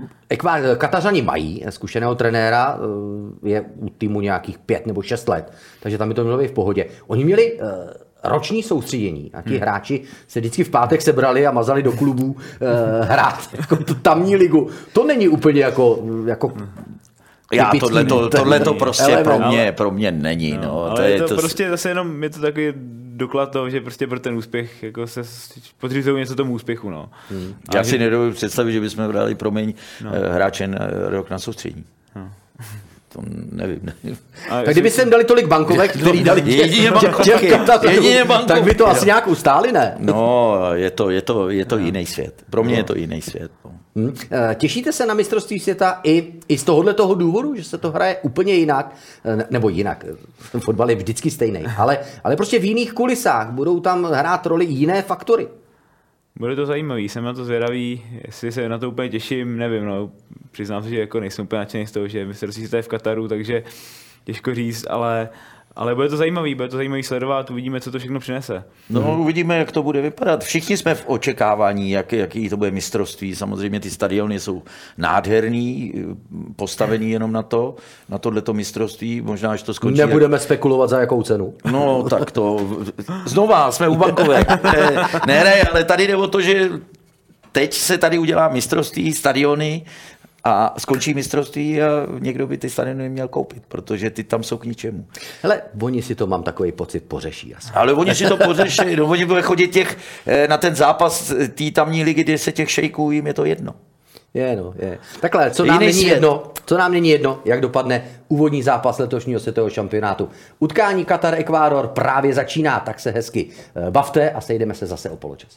Katařani mají zkušeného trenéra, je u týmu nějakých pět nebo šest let, takže tam by to mělo být v pohodě. Oni měli roční soustředění. A ti hmm. hráči se vždycky v pátek sebrali a mazali do klubů eh, hrát jako tamní ligu. To není úplně jako... jako Já, tohle to, tohle to prostě pro mě, pro mě není. No, no, ale to je je to, to prostě zase jenom, je to takový doklad toho, že prostě pro ten úspěch jako se podřizují něco tomu úspěchu. No. Hmm. Já si že... nedovedu představit, že bychom brali, promiň, no. hráče na rok na soustředění. No. To nevím. nevím. Tak kdyby sem dali tolik bankovek, který dali jedině bankovky, tak by to asi nějak ustáli, ne? No, je to, je to, je to no. jiný svět. Pro mě no. je to jiný svět. Hmm. Těšíte se na mistrovství světa i, i z tohohle toho důvodu, že se to hraje úplně jinak, nebo jinak, fotbal je vždycky stejný, ale, ale prostě v jiných kulisách budou tam hrát roli jiné faktory. Bude to zajímavý, jsem na to zvědavý, jestli se na to úplně těším, nevím, no, přiznám se, že jako nejsem úplně nadšený z toho, že mistrovství světa je v Kataru, takže těžko říct, ale, ale bude to zajímavý, bude to zajímavý sledovat, uvidíme, co to všechno přinese. No, hmm. uvidíme, jak to bude vypadat. Všichni jsme v očekávání, jak, jaký to bude mistrovství. Samozřejmě ty stadiony jsou nádherný, postavený jenom na to, na tohleto mistrovství. Možná, až to skončí. Nebudeme jak... spekulovat, za jakou cenu. No, tak to... Znova, jsme u bankovek. ne, ne, ale tady jde o to, že teď se tady udělá mistrovství, stadiony, a skončí mistrovství a někdo by ty stadiony měl koupit, protože ty tam jsou k ničemu. Hele, oni si to, mám takový pocit, pořeší asi. Ale oni si to pořeší, no, oni budou chodit těch, na ten zápas té tamní ligy, kde se těch šejků, jim je to jedno. Je, no, je. Takhle, co nám, není jedno, co nám není jedno, jak dopadne úvodní zápas letošního světového šampionátu. Utkání Katar-Ekvádor právě začíná, tak se hezky bavte a sejdeme se zase o poločase.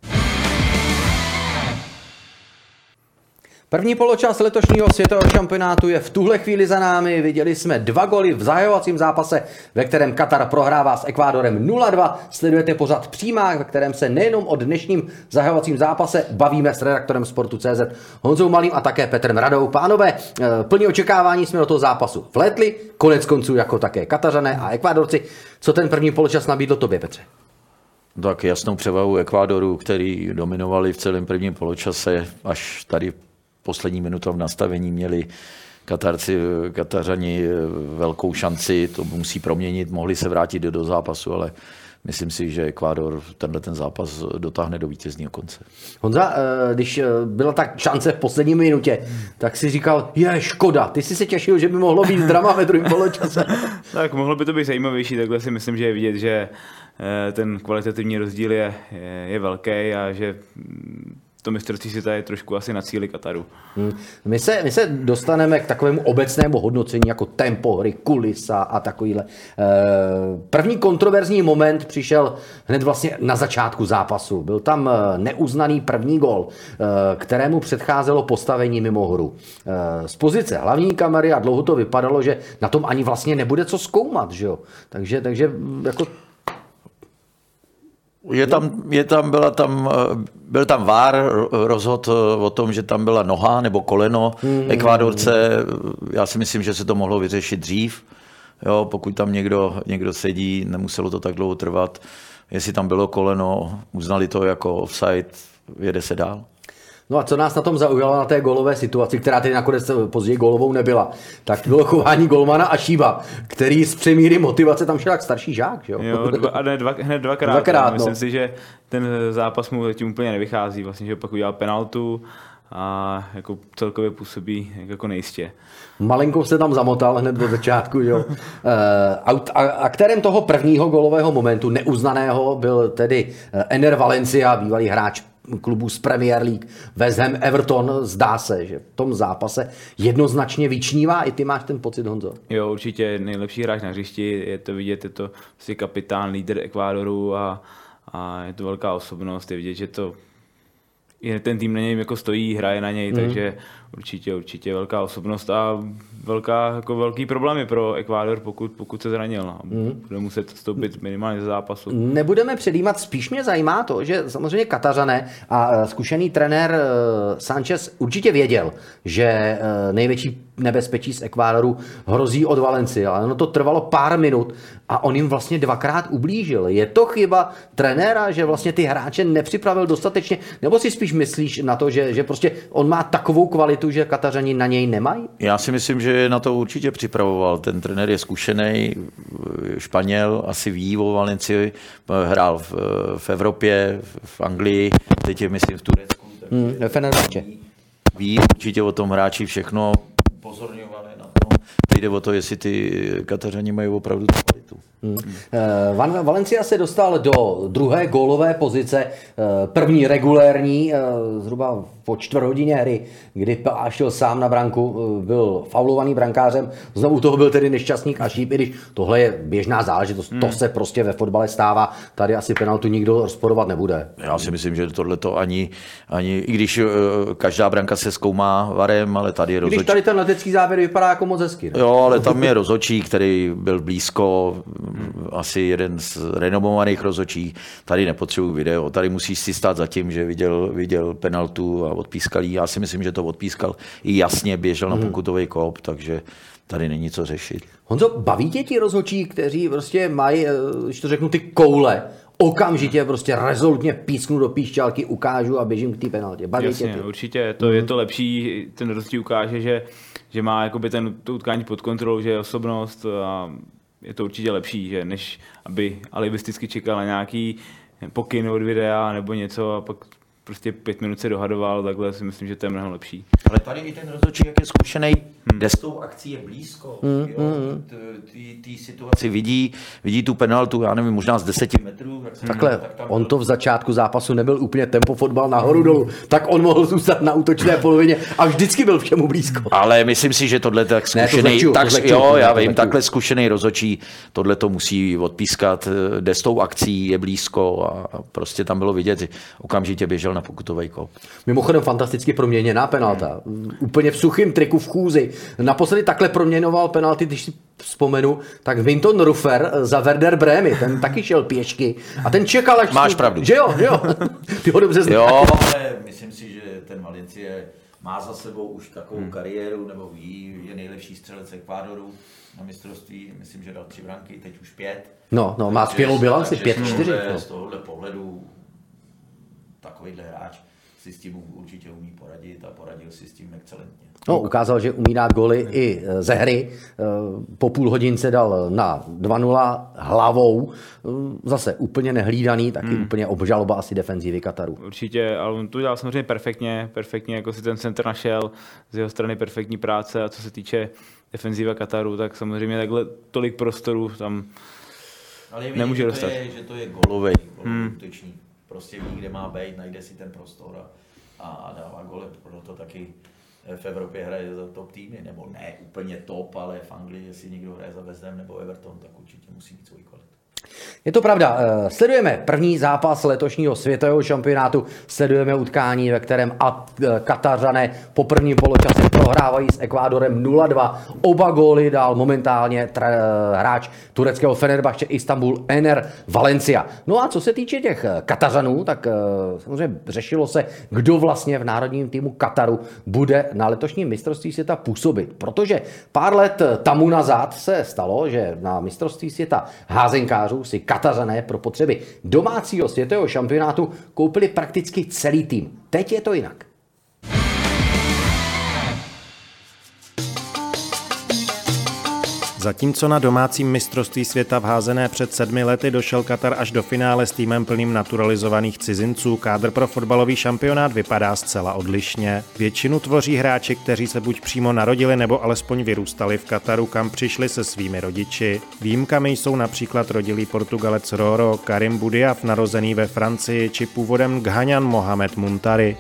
První poločas letošního světového šampionátu je v tuhle chvíli za námi. Viděli jsme dva goly v zahajovacím zápase, ve kterém Katar prohrává s Ekvádorem nula dva. Sledujete pořad Přímák, ve kterém se nejenom o dnešním zahajovacím zápase bavíme s redaktorem Sportu tečka cé zet Honzou Malým a také Petrem Radou. Pánové, plní očekávání jsme do toho zápasu vlétli, konec konců jako také Katařané a Ekvádorci. Co ten první poločas nabídl tobě, Petře? Tak jasnou převahu Ekvádoru, který dominovali v celém prvním poločase, až tady poslední minutou v nastavení měli Katarci, Katařani velkou šanci, to musí proměnit, mohli se vrátit do, do zápasu, ale myslím si, že Ekvádor tenhle ten zápas dotáhne do vítězního konce. Honza, když byla ta šance v poslední minutě, tak si říkal, je škoda, ty jsi se těšil, že by mohlo být drama ve druhém poločase. Tak mohlo by to být zajímavější, takhle si myslím, že je vidět, že ten kvalitativní rozdíl je, je, je velký a že to mistrovství světa je trošku asi na cíli Kataru. Hmm. My, se, my se dostaneme k takovému obecnému hodnocení jako tempo hry, kulisa a takovýhle. První kontroverzní moment přišel hned vlastně na začátku zápasu. Byl tam neuznaný první gol, kterému předcházelo postavení mimo hru. Z pozice hlavní kamery a dlouho to vypadalo, že na tom ani vlastně nebude co zkoumat, že jo? Takže, takže jako Je tam, je tam, byla tam, byl tam V A R, rozhod o tom, že tam byla noha nebo koleno mm. Ekvádorce. Já si myslím, že se to mohlo vyřešit dřív. Jo, pokud tam někdo, někdo sedí, nemuselo to tak dlouho trvat. Jestli tam bylo koleno, uznali to jako offside, jede se dál. No a co nás na tom zaujalo na té golové situaci, která tedy nakonec později golovou nebyla, tak bylo chování golmana Ašíba, který z přemíry motivace tam šel jak starší žák, že jo? Jo, dva, a ne, dva, hned dvakrát. dvakrát Myslím no. si, že ten zápas mu zatím úplně nevychází, vlastně, že pak udělal penaltu a jako celkově působí jako nejistě. Malenko se tam zamotal hned do začátku, jo. Aktérem toho prvního golového momentu, neuznaného, byl tedy Ener Valencia, bývalý hráč klubu z Premier League, West Ham, Everton. Zdá se, že v tom zápase jednoznačně vyčnívá. I ty máš ten pocit, Honzo? Jo, určitě nejlepší hráč na hřišti, je to vidět, je to vlastně kapitán, lídr Ekvádoru a, a je to velká osobnost, je vidět, že to je, ten tým na něj jako stojí, hraje na něj, mm. takže určitě, určitě velká osobnost a velká, jako velký problémy pro Ekvádor, pokud, pokud se zranil. Mm. Bude muset vstoupit minimálně ze zápasu. Nebudeme předjímat, spíš mě zajímá to, že samozřejmě Katařané a zkušený trenér Sanchez určitě věděl, že největší nebezpečí z Ekvádoru hrozí od Valencie, ale ono to trvalo pár minut a on jim vlastně dvakrát ublížil. Je to chyba trenéra, že vlastně ty hráče nepřipravil dostatečně, nebo si spíš myslíš na to, že, že prostě on má takovou kvalitu, že Katařani na něj nemají? Já si myslím, že na to určitě připravoval. Ten trenér je zkušený, Španěl, asi ví o Valencii, hrál v, v Evropě, v Anglii, teď je myslím v Turecku. Hmm, Fenerbahce. Ví určitě o tom hráči všechno, upozorňovali na to. Teď jde o to, jestli ty Katařani mají opravdu tu kvalitu. Hmm. Van Valencia se dostal do druhé gólové pozice, první regulérní, zhruba po čtvrt hodině hry, kdy šel sám na branku, byl faulovaný brankářem, znovu toho byl tedy nešťastník Ašíb, i když tohle je běžná záležitost, hmm. to se prostě ve fotbale stává, tady asi penaltu nikdo rozporovat nebude. Já si myslím, že tohleto ani, ani, i když každá branka se zkoumá varem, ale tady je rozhodčí. Když tady ten letecký závěr vypadá jako moc hezky. Ne? Jo, ale tam je rozhodčí, který byl blízko, asi jeden z renomovaných rozhodčí, tady nepotřebuji video, tady musíš si stát za tím, že viděl, viděl penaltu a odpískal jí. Já si myslím, že to odpískal i jasně, běžel na pokutový kop, takže tady není co řešit. Honzo, baví tě ti rozhodčí, kteří prostě mají, když to řeknu, ty koule, okamžitě prostě rezolutně písknu do píšťalky, ukážu a běžím k té penaltě. Baví Jasně, tě ty? určitě, je to, mm. je to lepší, ten rozhodčí ukáže, že, že má jakoby ten, to utkání pod kontrolou, že je osobnost a je to určitě lepší, že než aby alibisticky čekal na nějaký pokyn od videa nebo něco a pak prostě pět minut se dohadoval, takhle si myslím, že to je mnohem lepší. Ale tady i ten rozhodčí, jak je zkušený, hmm. jde s tou akcí je blízko. Hmm. Té situaci vidí, vidí tu penaltu, já nevím, možná z deseti metrů. Tak Takhle, tak on byl... to v začátku zápasu nebyl úplně tempo fotbal nahoru dolů, tak on mohl zůstat na útočné polovině a vždycky byl všemu blízko. Ale myslím si, že tohle tak zkušený, ne, to tak, zleču, jo, já vím, takhle zkušený rozhodčí, tohle to musí odpískat, jde s tou akcí, je blízko a prostě tam bylo vidět, okamžitě běžel na pokutový kop. Mimochodem fantasticky proměněná penalta. Hmm. Úplně v suchém triku v chůzi. Naposledy takhle proměňoval penalty, když si vzpomenu, tak Vinton Ruffer za Werder Bremen, ten taky šel pěšky a ten čekal až... Máš pravdu. Že jo, že jo. Ty ho dobře znáš. Jo, ale myslím si, že ten Valencie má za sebou už takovou hmm. kariéru, nebo ví, je nejlepší střelec Ekvádoru na mistrovství, myslím, že dal tři branky, teď už pět. No, no, má skvělou bilanci, pět čtyři. No. Z tohohle pohledu takovýhle hráč si s tím určitě umí poradit a poradil si s tím excelentně. No, ukázal, že umí dát góly i ze hry. Po půl hodince dal na dva nula hlavou. Zase úplně nehlídaný, taky hmm. úplně obžaloba asi defenzívy Kataru. Určitě, ale on to dělal samozřejmě perfektně, perfektně, jako si ten center našel, z jeho strany perfektní práce a co se týče defenzíva Kataru, tak samozřejmě takhle tolik prostoru tam ale je nemůže vidět, dostat. Že to je, že to je golovej, golovej hmm. útočník. Prostě ví, kde má být, najde si ten prostor a, a dává gole. Proto taky v Evropě hraje za top týmy, nebo ne úplně top, ale v Anglii, jestli někdo hraje za West Ham nebo Everton, tak určitě musí mít svůj kvalitu. Je to pravda. Sledujeme první zápas letošního světového šampionátu, sledujeme utkání, ve kterém Katařané po prvním poločase prohrávají s Ekvádorem nula dva. Oba góly dal momentálně hráč tureckého Fenerbahce Istanbul Ener Valencia. No a co se týče těch Katařanů, tak samozřejmě řešilo se, kdo vlastně v národním týmu Kataru bude na letošním mistrovství světa působit. Protože pár let tomu nazad se stalo, že na mistrovství světa házenkářů si Katařané pro potřeby domácího světového šampionátu koupili prakticky celý tým. Teď je to jinak. Zatímco na domácím mistrovství světa v házené před sedmi lety došel Katar až do finále s týmem plným naturalizovaných cizinců, kádr pro fotbalový šampionát vypadá zcela odlišně. Většinu tvoří hráči, kteří se buď přímo narodili nebo alespoň vyrůstali v Kataru, kam přišli se svými rodiči. Výjimkami jsou například rodilý Portugalec Roro, Karim Boudiaf, narozený ve Francii, či původem Ghaňan Mohamed Muntari.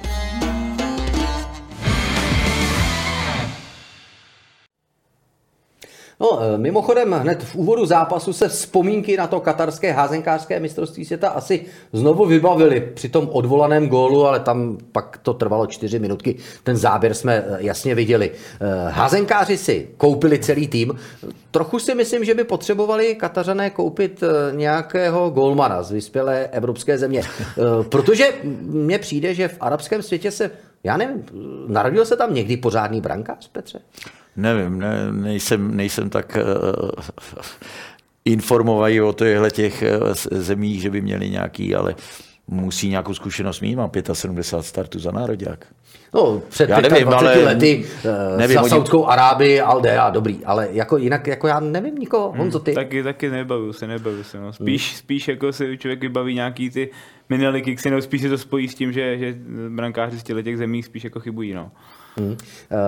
No, mimochodem, hned v úvodu zápasu se vzpomínky na to katarské házenkářské mistrovství světa asi znovu vybavili při tom odvolaném gólu, ale tam pak to trvalo čtyři minutky. Ten záběr jsme jasně viděli. Házenkáři si koupili celý tým. Trochu si myslím, že by potřebovali Katařané koupit nějakého gólmana z vyspělé evropské země. Protože mně přijde, že v arabském světě se, já nevím, narodil se tam někdy pořádný brankář, Petře? Nevím, ne, nejsem, nejsem tak uh, informovaný o těchto těch uh, zemích, že by měli nějaký, ale musí nějakou zkušenost mít, mám sedmdesát pět startů za nároďák. No, před dvaceti lety nevím, za Saudskou Arábii, Aldea, dobrý, ale jako jinak, jako já nevím nikoho, hmm, Honzo, ty? Taky, taky nebavu se, nebavu se, no. Spíš, hmm. spíš jako se člověk vybaví nějaký ty minely kicksy, no, spíš se to spojí s tím, že, že brankáři z těch zemí spíš jako chybují, no. Hmm. Uh,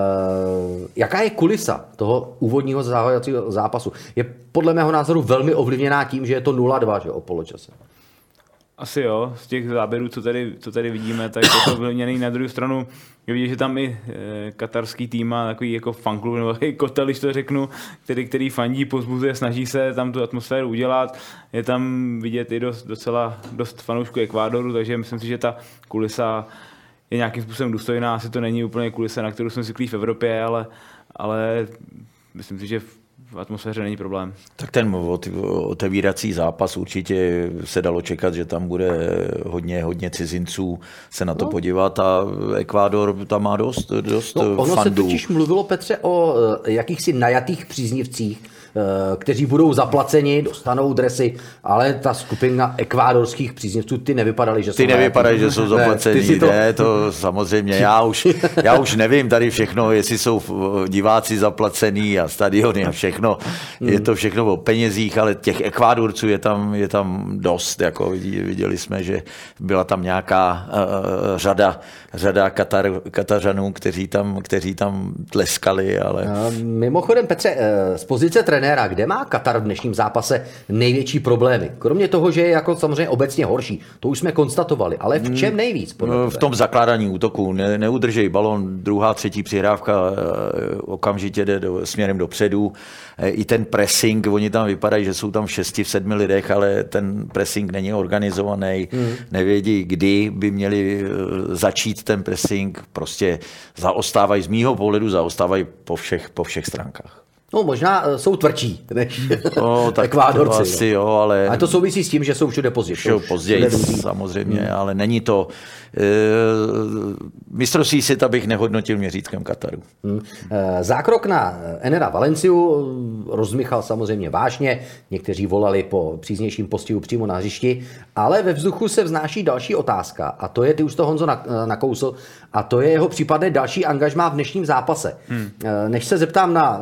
jaká je kulisa toho úvodního zahajacího zápasu? Je podle mého názoru velmi ovlivněná tím, že je to nula dva, že o poločase. Asi jo, z těch záběrů, co tady, co tady vidíme, tak je to ovlivněný. Na druhou stranu je vidět, že tam i e, katarský tým má takový jako fanklub, nebo i kotel, když to řeknu, který, který fandí, pozbuzuje, snaží se tam tu atmosféru udělat. Je tam vidět i dost, docela dost fanoušků Ekvádoru, takže myslím si, že ta kulisa je nějakým způsobem důstojná. Asi to není úplně kulisa, na kterou jsme zvyklí v Evropě, ale, ale myslím si, že v atmosféře není problém. Tak ten otevírací zápas určitě se dalo čekat, že tam bude hodně, hodně cizinců se na to no. podívat a Ekvádor tam má dost, dost no, ono fandů. Se totiž mluvilo, Petře, o jakýchsi najatých příznivcích, kteří budou zaplaceni, dostanou dresy, ale ta skupina ekvádorských příznivců, ty nevypadaly, že jsou Ty nevypadají, že jsou zaplacení, ne, to... ne, to samozřejmě, já už, já už nevím tady všechno, jestli jsou diváci zaplacení a stadiony a všechno, hmm. je to všechno o penězích, ale těch Ekvádorců je tam, je tam dost, jako viděli jsme, že byla tam nějaká uh, řada, řada Katar, Katařanů, kteří tam, kteří tam tleskali, ale... Mimochodem, Petře, z pozice trenéra, kde má Katar v dnešním zápase největší problémy? Kromě toho, že je jako samozřejmě obecně horší, to už jsme konstatovali, ale v čem nejvíc? Podle v tom zakládání útoku. Ne, neudržej balon, druhá, třetí přihrávka okamžitě jde do, směrem dopředu. I ten pressing, oni tam vypadají, že jsou tam v šesti, v sedmi lidech, ale ten pressing není organizovaný, hmm. nevědí, kdy by měli začít ten pressing, prostě zaostávají, z mýho pohledu zaostávají po všech, po všech stránkách. No, možná jsou tvrdší než no, tak Ekvádorci. Asi, jo, ale... ale to souvisí s tím, že jsou všude později. Jsou později, samozřejmě, hmm. ale není to... E, mistrovství světa bych nehodnotil měřítkem Kataru. Hmm. Zákrok na Enera Valenciu rozmíchal samozřejmě vážně, někteří volali po příznějším postihu přímo na hřišti, ale ve vzduchu se vznáší další otázka, a to je, ty už to Honzo nakousl, a to je jeho případné další angažmá v dnešním zápase. Hmm. Než se zeptám na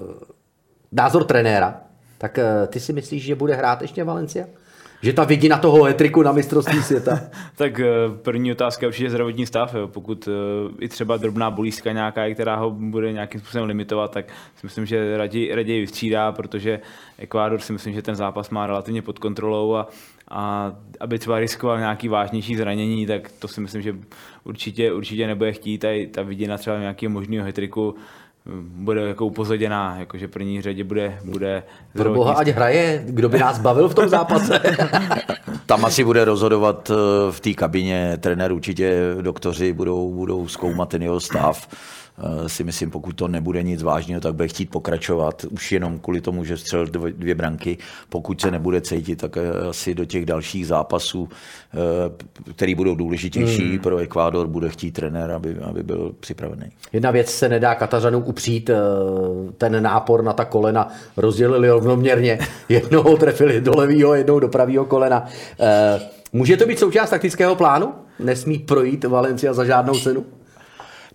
názor trenéra, tak ty si myslíš, že bude hrát ještě Valencia? Že ta vidina toho hetriku na mistrovství světa? Tak první otázka je určitě zdravotní stav. Jo. Pokud i třeba drobná bolístka nějaká, která ho bude nějakým způsobem limitovat, tak si myslím, že raději, raději vystřídá, protože Ekvádor si myslím, že ten zápas má relativně pod kontrolou a, a aby třeba riskoval nějaký vážnější zranění, tak to si myslím, že určitě, určitě nebude chtít. A ta vidina třeba nějakého možného hetriku bude jako upozaděná, jakože první řadě bude... bude Pro boha, ať hraje, kdo by nás bavil v tom zápase. Tam asi bude rozhodovat v té kabině trenér, určitě doktoři budou, budou zkoumat ten jeho stav. Si myslím, pokud to nebude nic vážného, tak bude chtít pokračovat. Už jenom kvůli tomu, že střelil dvě branky. Pokud se nebude cítit, tak asi do těch dalších zápasů, který budou důležitější hmm. pro Ekvádor, bude chtít trenér, aby, aby byl připravený. Jedna věc se nedá Katařanům upřít, ten nápor na ta kolena rozdělili rovnoměrně. Jednoho trefili do levýho, jednou do pravýho kolena. Může to být součást taktického plánu? Nesmí projít Valencia za žádnou cenu?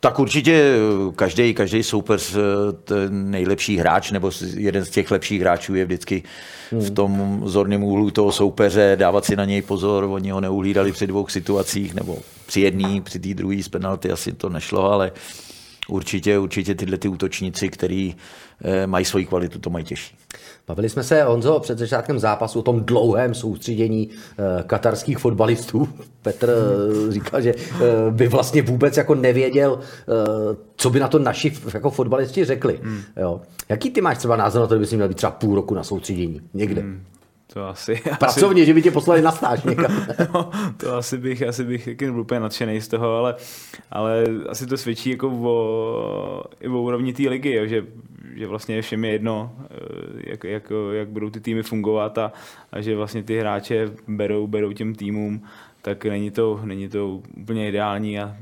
Tak určitě každý, každý soupeř, ten nejlepší hráč nebo jeden z těch lepších hráčů je vždycky v tom zorném úhlu toho soupeře, dávat si na něj pozor, oni ho neuhlídali při dvou situacích nebo při jedný, při té druhé z penalty asi to nešlo, ale určitě, určitě tyhle ty útočníci, který mají svoji kvalitu, to mají těžší. Bavili jsme se, Honzo, před začátkem zápasu o tom dlouhém soustředění e, katarských fotbalistů. Petr e, říkal, že e, by vlastně vůbec jako nevěděl, e, co by na to naši jako fotbalisti řekli. Hmm. Jo. Jaký ty máš třeba názor na to, kdyby jsi měl být třeba půl roku na soustředění někde? Hmm. To asi... Pracovně, asi... že by tě poslali na stáž někam. No, to asi bych, asi bych taky byl úplně nadšený z toho, ale, ale asi to svědčí jako o, i o úrovni té ligy, jo, že, že vlastně všem je jedno, jak, jak, jak budou ty týmy fungovat a, a že vlastně ty hráče berou, berou těm týmům, tak není to, není to úplně ideální a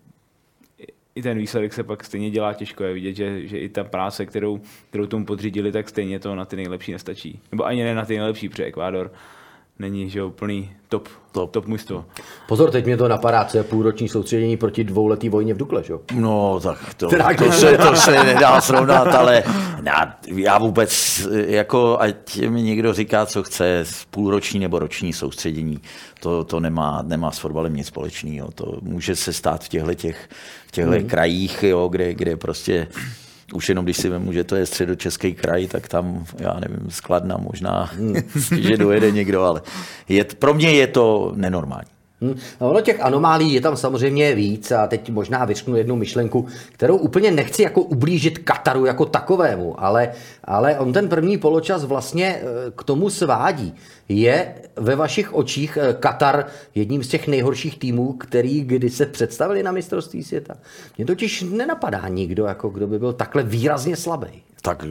i ten výsledek se pak stejně dělá těžko. Je vidět, že, že i ta práce, kterou, kterou tomu podřídili, tak stejně to na ty nejlepší nestačí. Nebo ani ne na ty nejlepší, protože Ekvádor není, že úplný top, top, top mužstvo. Pozor, teď mě to napadá, co je půlroční soustředění proti dvouletý vojně v Dukle, jo? No, tak to, to, se, to se nedá srovnat, ale já, já vůbec, jako ať mi někdo říká, co chce, půlroční nebo roční soustředění, to, to nemá, nemá s fotbalem nic společného. To může se stát v těchto těch, v těchto hmm. krajích, jo, kde, kde prostě už jenom když si vemu, že to je středočeský kraj, tak tam, já nevím, z Kladna možná, hmm. že dojede někdo, ale je, pro mě je to nenormální. Hmm. No, ono těch anomálí je tam samozřejmě víc a teď možná vyřknu jednu myšlenku, kterou úplně nechci jako ublížit Kataru jako takovému, ale, ale on ten první poločas vlastně k tomu svádí. Je ve vašich očích Katar jedním z těch nejhorších týmů, který kdy se představili na mistrovství světa? Mně totiž nenapadá nikdo, jako kdo by byl takhle výrazně slabý. Tak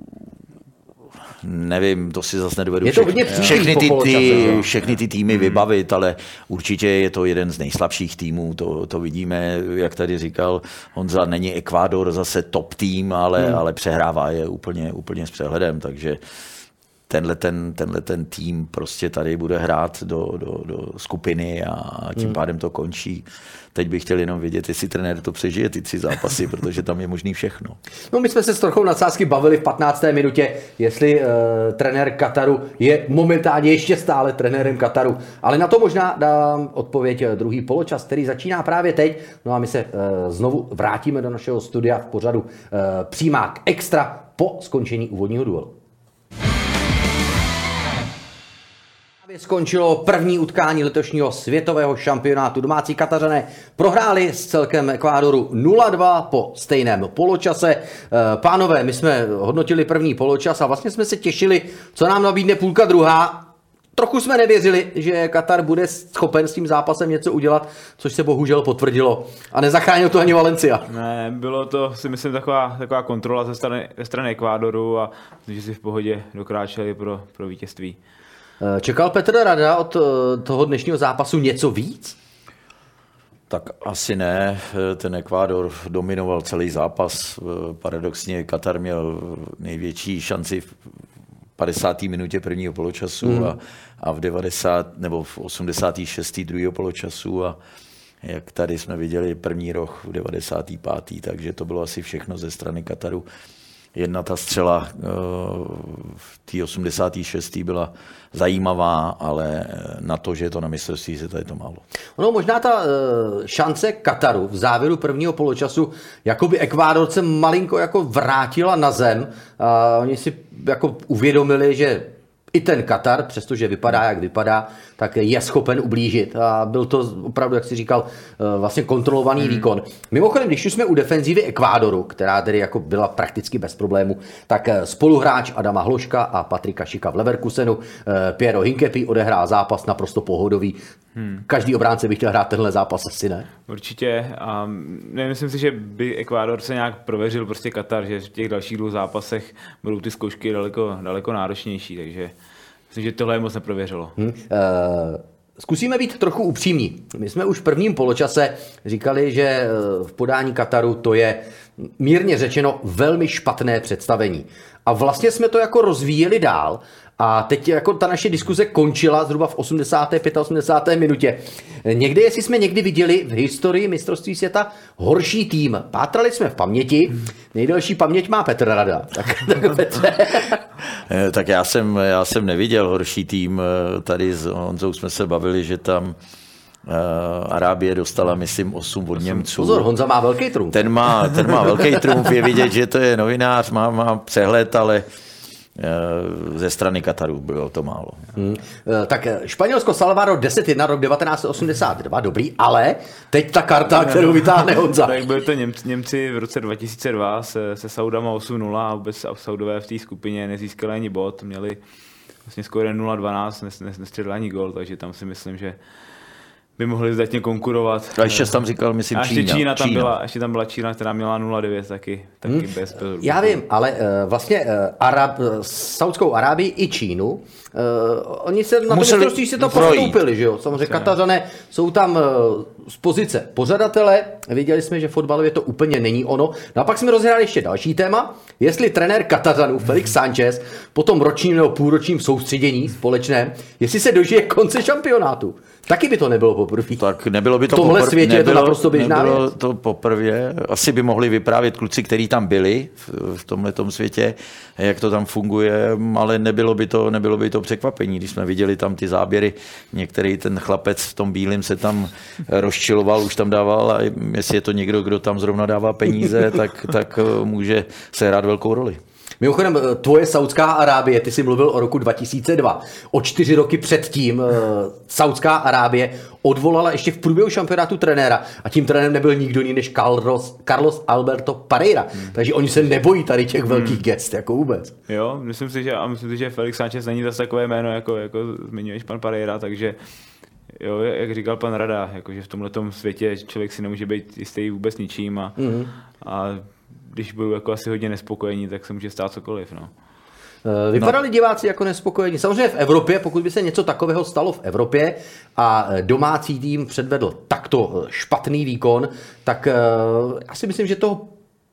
nevím, to si zase nedovedu je to všechny, všechny, ty, ty, všechny ty týmy hmm. vybavit, ale určitě je to jeden z nejslabších týmů, to, to vidíme, jak tady říkal Honza, není Ekvádor zase top tým, ale, hmm. ale přehrává je úplně, úplně s přehledem, takže tenhle ten, tenhle ten tým prostě tady bude hrát do, do, do skupiny a tím hmm. pádem to končí. Teď bych chtěl jenom vědět, jestli trenér to přežije ty tři zápasy, protože tam je možný všechno. No my jsme se s trochou nadsázky bavili v patnácté minutě, jestli uh, trenér Kataru je momentálně ještě stále trenérem Kataru. Ale na to možná dám odpověď druhý poločas, který začíná právě teď. No a my se uh, znovu vrátíme do našeho studia v pořadu uh, Přímák Extra po skončení úvodního duelu. Skončilo první utkání letošního světového šampionátu. Domácí Katařané prohráli s celkem Ekvádoru nula dva po stejném poločase. Pánové, my jsme hodnotili první poločas a vlastně jsme se těšili, co nám nabídne půlka druhá. Trochu jsme nevěřili, že Katar bude schopen s tím zápasem něco udělat, což se bohužel potvrdilo. A nezachránil to ani Valencia. Ne, bylo to, si myslím, taková, taková kontrola ze strany, ze strany Ekvádoru a že si v pohodě dokráčeli pro, pro vítězství. Čekal Petr Rada od toho dnešního zápasu něco víc? Tak asi ne. Ten Ekvádor dominoval celý zápas. Paradoxně Katar měl největší šanci v padesáté minutě prvního poločasu mm. a, a v devadesáté nebo v osmdesáté šesté druhého poločasu a jak tady jsme viděli první roh v devadesáté páté takže to bylo asi všechno ze strany Kataru. Jedna ta střela v té osmdesáté šesté byla zajímavá, ale na to, že je to na mistrovství světa, je to málo. Ono možná ta šance Kataru v závěru prvního poločasu jakoby Ekvádorce malinko jako vrátila na zem. A oni si jako uvědomili, že i ten Katar, přestože vypadá, jak vypadá, tak je schopen ublížit. A byl to opravdu, jak jsi říkal, vlastně kontrolovaný hmm. výkon. Mimochodem, když už jsme u defenzívy Ekvádoru, která tedy jako byla prakticky bez problému, tak spoluhráč Adama Hloška a Patrika Šika v Leverkusenu, Piero Hincapié odehrál zápas naprosto pohodový. Hmm. Každý obránce by chtěl hrát tenhle zápas, asi ne? Určitě. A nemyslím si, že by Ekvádor se nějak prověřil prostě Katar, že v těch dalších dvou zápasech budou ty zkoušky daleko, daleko náročnější, takže myslím, že tohle je moc neprověřilo. Hmm. Uh, zkusíme být trochu upřímní. My jsme už v prvním poločase říkali, že v podání Kataru to je mírně řečeno velmi špatné představení. A vlastně jsme to jako rozvíjeli dál A teď jako ta naše diskuze končila zhruba v osmdesáté osmdesáté pátém minutě. Někdy, jestli jsme někdy viděli v historii mistrovství světa horší tým. Pátrali jsme v paměti. Nejdelší paměť má Petr Rada. Tak, tak Petře. Tak já jsem, já jsem neviděl horší tým. Tady s Honzou jsme se bavili, že tam Arábie dostala, myslím, osm od Němců. Pozor, Honza má velký trumf. Ten má, ten má velký trumf, je vidět, že to je novinář, má, má přehled, ale ze strany Kataru bylo to málo. Hmm. Tak Španělsko Salvador deset jedna rok devatenáct osmdesát dva, dobrý, ale teď ta karta, kterou vytáhne Honza. Tak byli to Němci, Němci v roce dva tisíce dva se, se Saudama osm nula a vůbec Saudové v té skupině nezískali ani bod, měli vlastně skoro nula dvanáct, nestřelili ani gol, takže tam si myslím, že by mohli zdatně konkurovat. A ještě tam říkal, myslím, a ještě Čína. Čína tam Čína. byla, ještě tam byla Čína, která měla nula devět taky, taky hmm. bez. Já vím, ale uh, vlastně uh, Arab, uh, Saudskou Arábii i Čínu, uh, oni se na mistrovství se to postoupili, že jo? Samozřejmě Katařané jsou tam uh, z pozice pořadatele, viděli jsme, že fotbalově to úplně není ono. No a pak jsme rozhráli ještě další téma, jestli trenér Katařanů Felix Sanchez po tom ročním nebo půlročním soustředění společném, jestli se dožije konce šampionátu. Taky by to nebylo poprvé. Tak nebylo by to v tomhle popr- světě nebylo, je to naprosto běžná nebylo věc. to poprvé. Asi by mohli vyprávět kluci, kteří tam byli v, v tomhletom světě, jak to tam funguje, ale nebylo by to, nebylo by to překvapení, když jsme viděli tam ty záběry. Některý ten chlapec v tom bílém se tam rozčiloval, už tam dával, a jestli je to někdo, kdo tam zrovna dává peníze, tak, tak může se hrát velkou roli. Mimochodem, tvoje Saudská Arábie, ty jsi mluvil o roku dva tisíce dva. O čtyři roky předtím Saudská Arábie odvolala ještě v průběhu šampionátu trenéra a tím trenérem nebyl nikdo jiný než Carlos, Carlos Alberto Parreira. Hmm. Takže oni se nebojí tady těch velkých hmm. gest, jako vůbec. Jo, myslím si, že, a myslím si, že Felix Sanchez není zase takové jméno, jako, jako zmiňuješ pan Parreira, takže jo, jak říkal pan Rada, jakože v tomhletom světě člověk si nemůže být jistý vůbec ničím a, hmm. a když budou jako asi hodně nespokojení, tak se může stát cokoliv. No. Vypadali no. diváci jako nespokojení. Samozřejmě v Evropě, pokud by se něco takového stalo v Evropě a domácí tým předvedl takto špatný výkon, tak já si myslím, že toho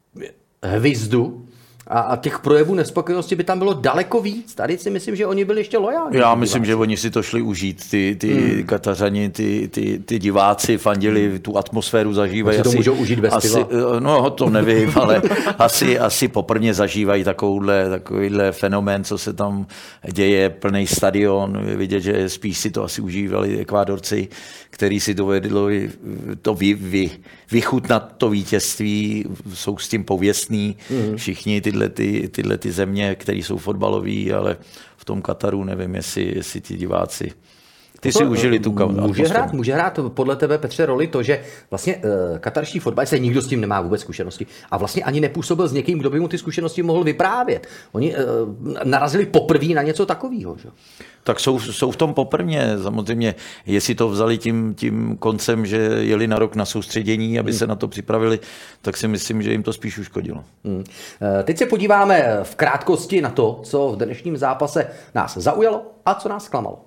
hvizdu a, a těch projevů nespokojenosti by tam bylo daleko víc. Tady si myslím, že oni byli ještě lojální. Já myslím, diváci. Že oni si to šli užít. Ty, ty hmm. Katařani, ty, ty, ty diváci fandili, hmm. tu atmosféru zažívají. Asi to můžou užít bez asi, piva? No, to nevím, ale asi, asi poprvé zažívají takovouhle, takovýhle fenomén, co se tam děje, plný stadion. Vidět, že spíš si to asi užívali Ekvádorci, který si dovedli to vy, vy, vychutnat to vítězství, jsou s tím pověstní. Hmm. Všichni tyhle, ty, tyhle ty země, které jsou fotbalové, ale v tom Kataru nevím, jestli, jestli ti diváci ty si užili tu atmosféru. Může hrát, může hrát podle tebe, Petře, roli to, že vlastně uh, katarští fotbalista, nikdo s tím nemá vůbec zkušenosti a vlastně ani nepůsobil s někým, kdo by mu ty zkušenosti mohl vyprávět. Oni uh, narazili poprvé na něco takového. Že? Tak jsou, jsou v tom poprvně, samozřejmě, jestli to vzali tím, tím koncem, že jeli na rok na soustředění, aby hmm. se na to připravili, tak si myslím, že jim to spíš uškodilo. Hmm. Teď se podíváme v krátkosti na to, co v dnešním zápase nás zaujalo a co nás zklamalo.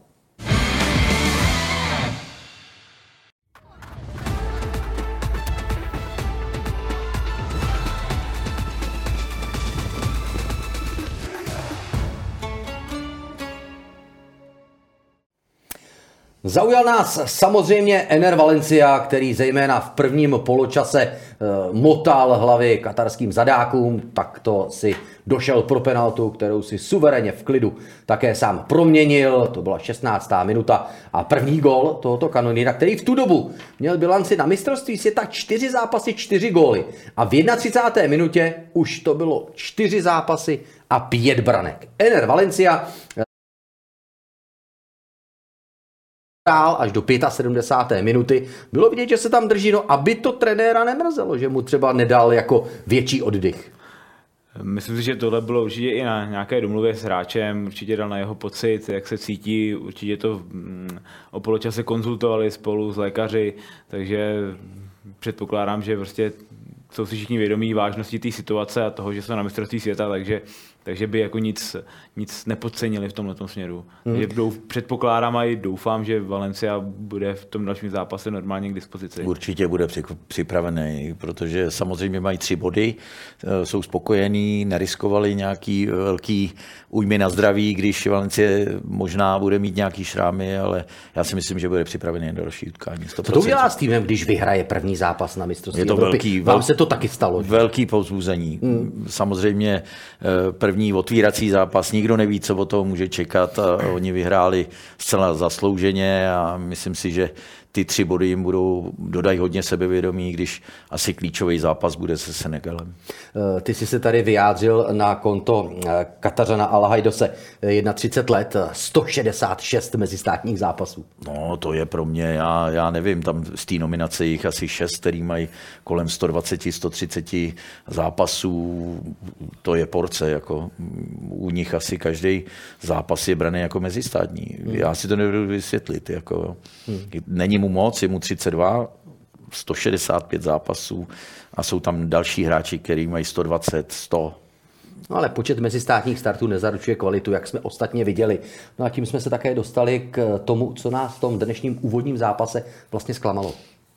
Zaujal nás samozřejmě Ener Valencia, který zejména v prvním poločase e, motal hlavy katarským zadákům, tak to si došel pro penaltu, kterou si suverénně v klidu také sám proměnil. To byla šestnáctá minuta a první gól tohoto kanoníra, který v tu dobu měl bilanci na mistrovství světa čtyři zápasy, čtyři góly. A v třicáté první minutě už to bylo čtyři zápasy a pět branek. Ener Valencia až do sedmdesát páté minuty. Bylo vidět, že se tam drží, no aby to trenéra nemrzelo, že mu třeba nedal jako větší oddych. Myslím si, že tohle bylo určitě i na nějaké domluvě s hráčem, určitě dal na jeho pocit, jak se cítí, určitě to o poločase konzultovali spolu s lékaři, takže předpokládám, že prostě jsou si všichni vědomí vážnosti té situace a toho, že jsou na mistrovství světa, takže takže by jako nic, nic nepodcenili v tomhletom směru. Hmm. Že douf, předpokládám a i doufám, že Valencia bude v tom dalším zápase normálně k dispozici. Určitě bude připravený, protože samozřejmě mají tři body, jsou spokojení, neriskovali nějaký velký újmy na zdraví, když Valencie možná bude mít nějaký šrámy, ale já si myslím, že bude připravený na další utkání. sto procent. Co to udělá s týmem, když vyhraje první zápas na mistrovství Je to Evropy? velký, Vám se to taky stalo? Velký povzbuzení. Hmm. Samozřejmě první otvírací zápas, nikdo neví, co od toho může čekat a oni vyhráli zcela zaslouženě a myslím si, že ty tři body jim budou, dodají hodně sebevědomí, když asi klíčový zápas bude se Senegalem. Ty jsi se tady vyjádřil na konto Katařana Al-Hajdose. třicet jedna let, sto šedesát šest mezistátních zápasů. No, to je pro mě, já, já nevím, tam z té nominace jich asi šest, který mají kolem sto dvacet, sto třicet zápasů. To je porce, jako u nich asi každý zápas je braný jako mezistátní. Hmm. Já si to nebudu vysvětlit. Jako, hmm. Není mu moc, je mu třicet dva, sto šedesát pět zápasů a jsou tam další hráči, kteří mají sto dvacet, sto. No ale počet mezistátních startů nezaručuje kvalitu, jak jsme ostatně viděli. No a tím jsme se také dostali k tomu, co nás v tom dnešním úvodním zápase vlastně zklamalo.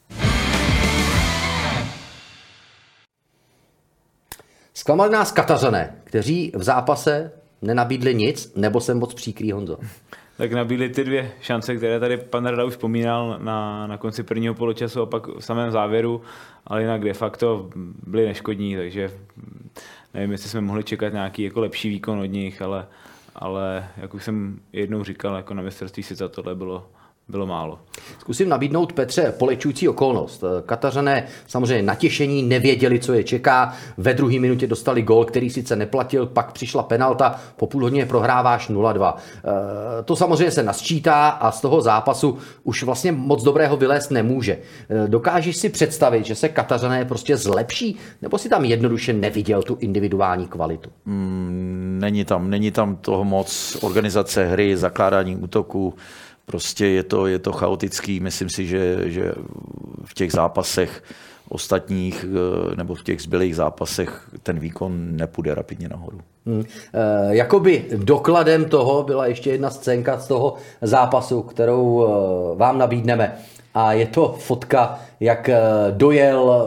Zklamali nás Katařané, kteří v zápase nenabídli nic, nebo jsem moc příkrý, Honzo? Tak nabídli ty dvě šance, které tady pan Rada už vzpomínal na, na konci prvního poločasu a pak v samém závěru, ale jinak de facto byli neškodní, takže nevím, jestli jsme mohli čekat nějaký jako lepší výkon od nich, ale, ale jak už jsem jednou říkal, jako na mistrovství světa tohle bylo bylo málo. Zkusím nabídnout Petře polehčující okolnost. Katařané samozřejmě natěšení, nevěděli, co je čeká. Ve druhé minutě dostali gól, který sice neplatil, pak přišla penalta, po půl hodině prohráváš nula dva. To samozřejmě se nasčítá a z toho zápasu už vlastně moc dobrého vylézt nemůže. Dokážeš si představit, že se Katařané prostě zlepší, nebo si tam jednoduše neviděl tu individuální kvalitu? Mm, není tam, není tam toho moc organizace hry, zakládání útoku. Prostě je to, je to chaotický. Myslím si, že, že v těch zápasech ostatních nebo v těch zbylých zápasech ten výkon nepůjde rapidně nahoru. Hmm. E, jakoby dokladem toho byla ještě jedna scénka z toho zápasu, kterou e, vám nabídneme. A je to fotka, jak e, dojel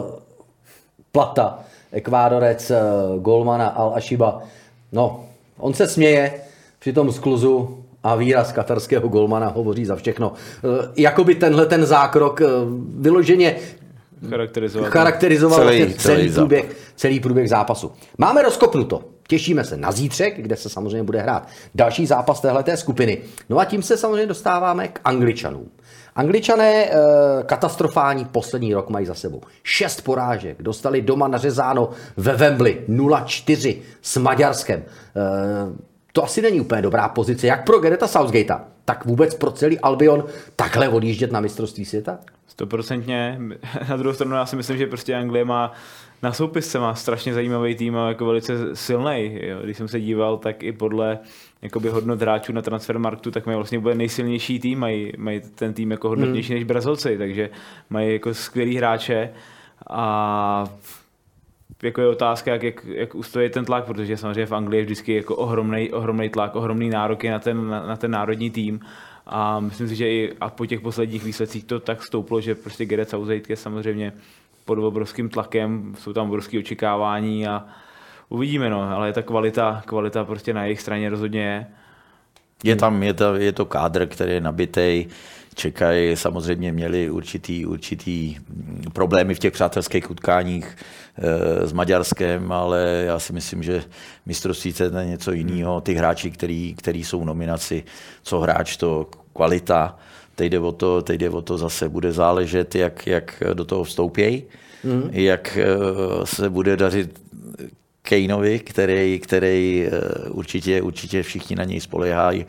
Plata, Ekvádorec, e, golmana Al-Ashiba. No, on se směje při tom skluzu a výraz katarského golmana hovoří za všechno. E, jakoby tenhle ten zákrok e, vyloženě charakterizoval, charakterizoval celý, celý, celý, celý, průběh, celý průběh zápasu. Máme rozkopnuto. Těšíme se na zítřek, kde se samozřejmě bude hrát další zápas téhleté skupiny. No a tím se samozřejmě dostáváme k Angličanům. Angličané e, katastrofální poslední rok mají za sebou. Šest porážek, dostali doma nařezáno ve Wembley nula čtyři s Maďarskem. E, To asi není úplně dobrá pozice, jak pro Gareta Southgatea, tak vůbec pro celý Albion takhle odjíždět na mistrovství světa? Stoprocentně. Na druhou stranu já si myslím, že prostě Anglie má na soupisce má strašně zajímavý tým a jako velice silný. Když jsem se díval, tak i podle jakoby hodnot hráčů na Transfermarktu, tak mají vlastně bude nejsilnější tým, mají, mají ten tým jako hodnotnější hmm. než Brazilci, takže mají jako skvělý hráče a jako je otázka, jak, jak, jak ustojí ten tlak, protože samozřejmě v Anglii je vždycky jako ohromnej, ohromnej tlak, ohromný nároky na ten, na, na ten národní tým a myslím si, že i a po těch posledních výsledcích to tak stouplo, že prostě Gareth Southgate je samozřejmě pod obrovským tlakem, jsou tam obrovské očekávání a uvidíme, no, ale ta kvalita, kvalita prostě na jejich straně rozhodně je. Je tam, je to, je to kádr, který je nabitej, čekají, samozřejmě měli určitý, určitý problémy v těch přátelských utkáních e, s Maďarskem, ale já si myslím, že mistrovství je něco jiného. Ty hráči, který, který jsou v nominaci, co hráč, to kvalita, teď jde o to, teď jde o to zase bude záležet, jak, jak do toho vstoupějí, mm. jak se bude dařit Kaneovi, který, který určitě, určitě všichni na něj spoléhají,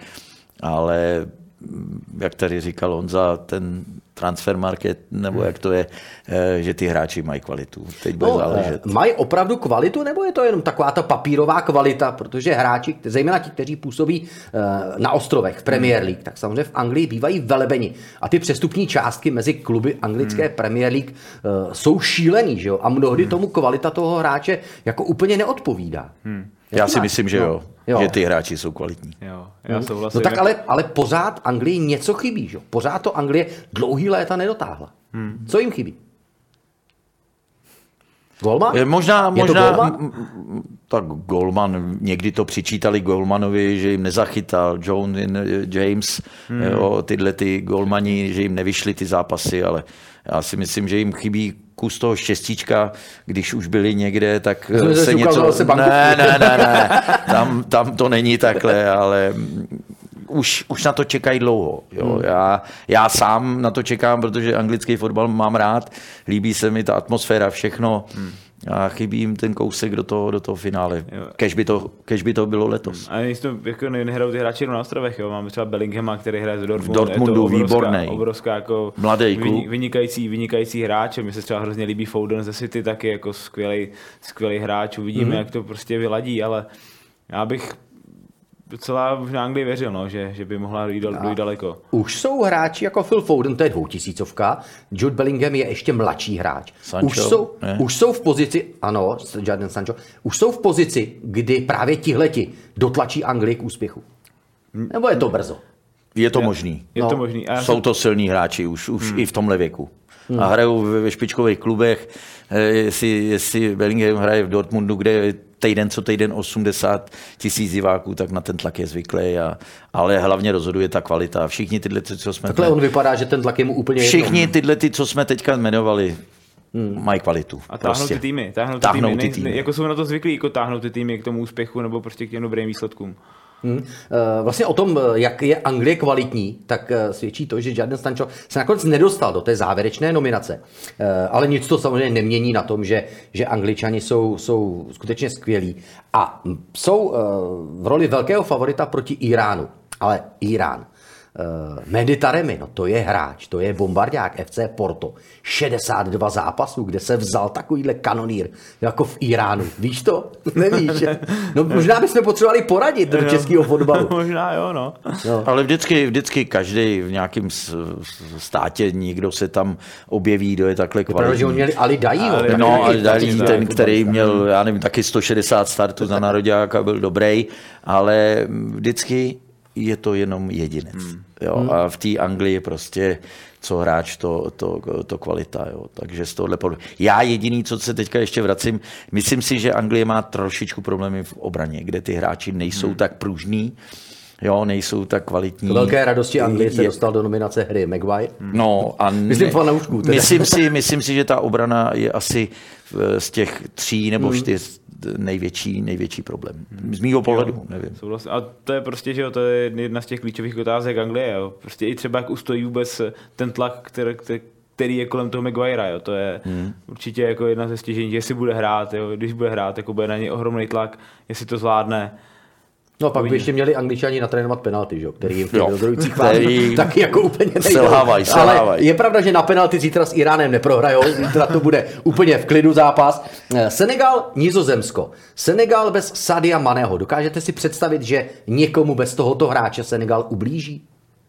ale jak tady říkal Honza, ten transfer market, nebo jak to je, že ty hráči mají kvalitu. Teď bude no, záležet. Mají opravdu kvalitu, nebo je to jenom taková ta papírová kvalita, protože hráči, zejména ti, kteří působí na ostrovech v Premier League, tak samozřejmě v Anglii bývají velebeni. A ty přestupní částky mezi kluby anglické hmm. Premier League jsou šílený, že jo? A mnohdy hmm. tomu kvalita toho hráče jako úplně neodpovídá. Hmm. Já si myslím, že no. jo, jo, že ty hráči jsou kvalitní. Jo, já souhlasím. No tak ale, ale pořád Anglii něco chybí, že? Pořád to Anglie dlouhý léta nedotáhla. Hmm. Co jim chybí? Golman? Možná, Je možná to Golman? tak Golman, někdy to přičítali Golmanovi, že jim nezachytal, John, James, hmm. jo, tyhle ty Golmani, že jim nevyšly ty zápasy, ale já si myslím, že jim chybí kus toho štěstíčka, když už byli někde, tak Jsme se něco... Se ne, ne, ne, ne, tam, tam to není takhle, ale už, už na to čekají dlouho. Jo. Hmm. Já, já sám na to čekám, protože anglický fotbal mám rád, líbí se mi ta atmosféra, všechno. Hmm. A chybí jim ten kousek do toho, do toho finále. Kež by to, kež by to bylo letos. A nejsou to, jako nehrajou ty hráči na ostrovech, jo. Máme třeba Bellinghama, který hraje z Dortmundu. Dortmundu, výborný. Obrovská jako mladý kluk. Vynikající, vynikající hráč. Mně se třeba hrozně líbí Foden ze City, taky jako skvělý, skvělý hráč. Uvidíme, mm-hmm. jak to prostě vyladí, ale já bych docela v Anglii věřil, no, že, že by mohla jít, dojít daleko. Už jsou hráči jako Phil Foden, to je dvoutisícovka, Jude Bellingham je ještě mladší hráč. Sancho, už, jsou, už jsou v pozici, ano, Jadon Sancho, už jsou v pozici, kdy právě tihleti dotlačí Anglii k úspěchu. Nebo je to brzo? Je to možný. Je no. to možný. A jsou to silní hráči už, už hmm. i v tomhle věku. Hmm. A hrajou ve špičkových klubech, jestli, jestli Bellingham hraje v Dortmundu, kde je týden co týden osmdesát tisíc diváků, tak na ten tlak je zvyklý, a, ale hlavně rozhoduje ta kvalita. Všichni tyhle, co jsme... Takhle on vypadá, že ten tlak je mu úplně Všichni jedno. Tyhle, co jsme teďka jmenovali, hmm. mají kvalitu. A táhnou prostě. ty týmy. Táhnou ty táhnou týmy. Ty týmy. Ne, jako jsou na to zvyklí, jako táhnou ty týmy k tomu úspěchu nebo prostě k těm dobrým výsledkům. Hmm. Vlastně o tom, jak je Anglie kvalitní, tak svědčí to, že Jadon Sancho se nakonec nedostal do té závěrečné nominace. Ale nic to samozřejmě nemění na tom, že, že Angličani jsou, jsou skutečně skvělí a jsou v roli velkého favorita proti Iránu. Ale Irán. Mehdi Taremi, no to je hráč, to je bombardák F C Porto. šedesát dva zápasů, kde se vzal takovýhle kanonýr, jako v Iránu. Víš to? Nevíš? No možná bychom potřebovali poradit do českého fotbalu. Možná jo, no. no. Ale vždycky, vždycky každý v nějakém státě, někdo se tam objeví, kdo je takhle kvalitní. Protože oni měli Ali Dajího. No, Ali Dají, ten, který měl, já nevím, taky sto šedesát startů za nároďáka, byl dobrý, ale vždycky je to jenom jedinec. Hmm. Jo? Hmm. A v té Anglii prostě co hráč, to, to, to kvalita. Jo? Takže z tohohle pohledu. Já jediný, co se teďka ještě vracím, myslím si, že Anglie má trošičku problémy v obraně, kde ty hráči nejsou hmm. tak pružní, jo, nejsou tak kvalitní. K velké radosti Anglie se dostal do nominace hry Maguire. No, a myslím, ne, myslím, si, myslím si, že ta obrana je asi z těch tří nebo čtyř největší, největší problém. Z mýho pohledu, jo, nevím. Souhlasím. A to je prostě, že jo, to je jedna z těch klíčových otázek Anglie. Jo. Prostě i třeba, jak ustojí vůbec ten tlak, který, který je kolem toho Maguirea. Jo. To je hmm. určitě jako jedna ze stěžení, jestli bude hrát, jo. Když bude hrát, jako bude na něj ohromný tlak, jestli to zvládne. No pak by ještě měli Angličani natrénovat penalty, že? Který jim v těch rozhodujících fázích taky jako úplně nejdou. Selhávaj, selhávaj. Ale je pravda, že na penalty zítra s Iránem neprohrajou, zítra to bude úplně v klidu zápas. Senegal, Nizozemsko. Senegal bez Sadia Maného. Dokážete si představit, že někomu bez tohoto hráče Senegal ublíží?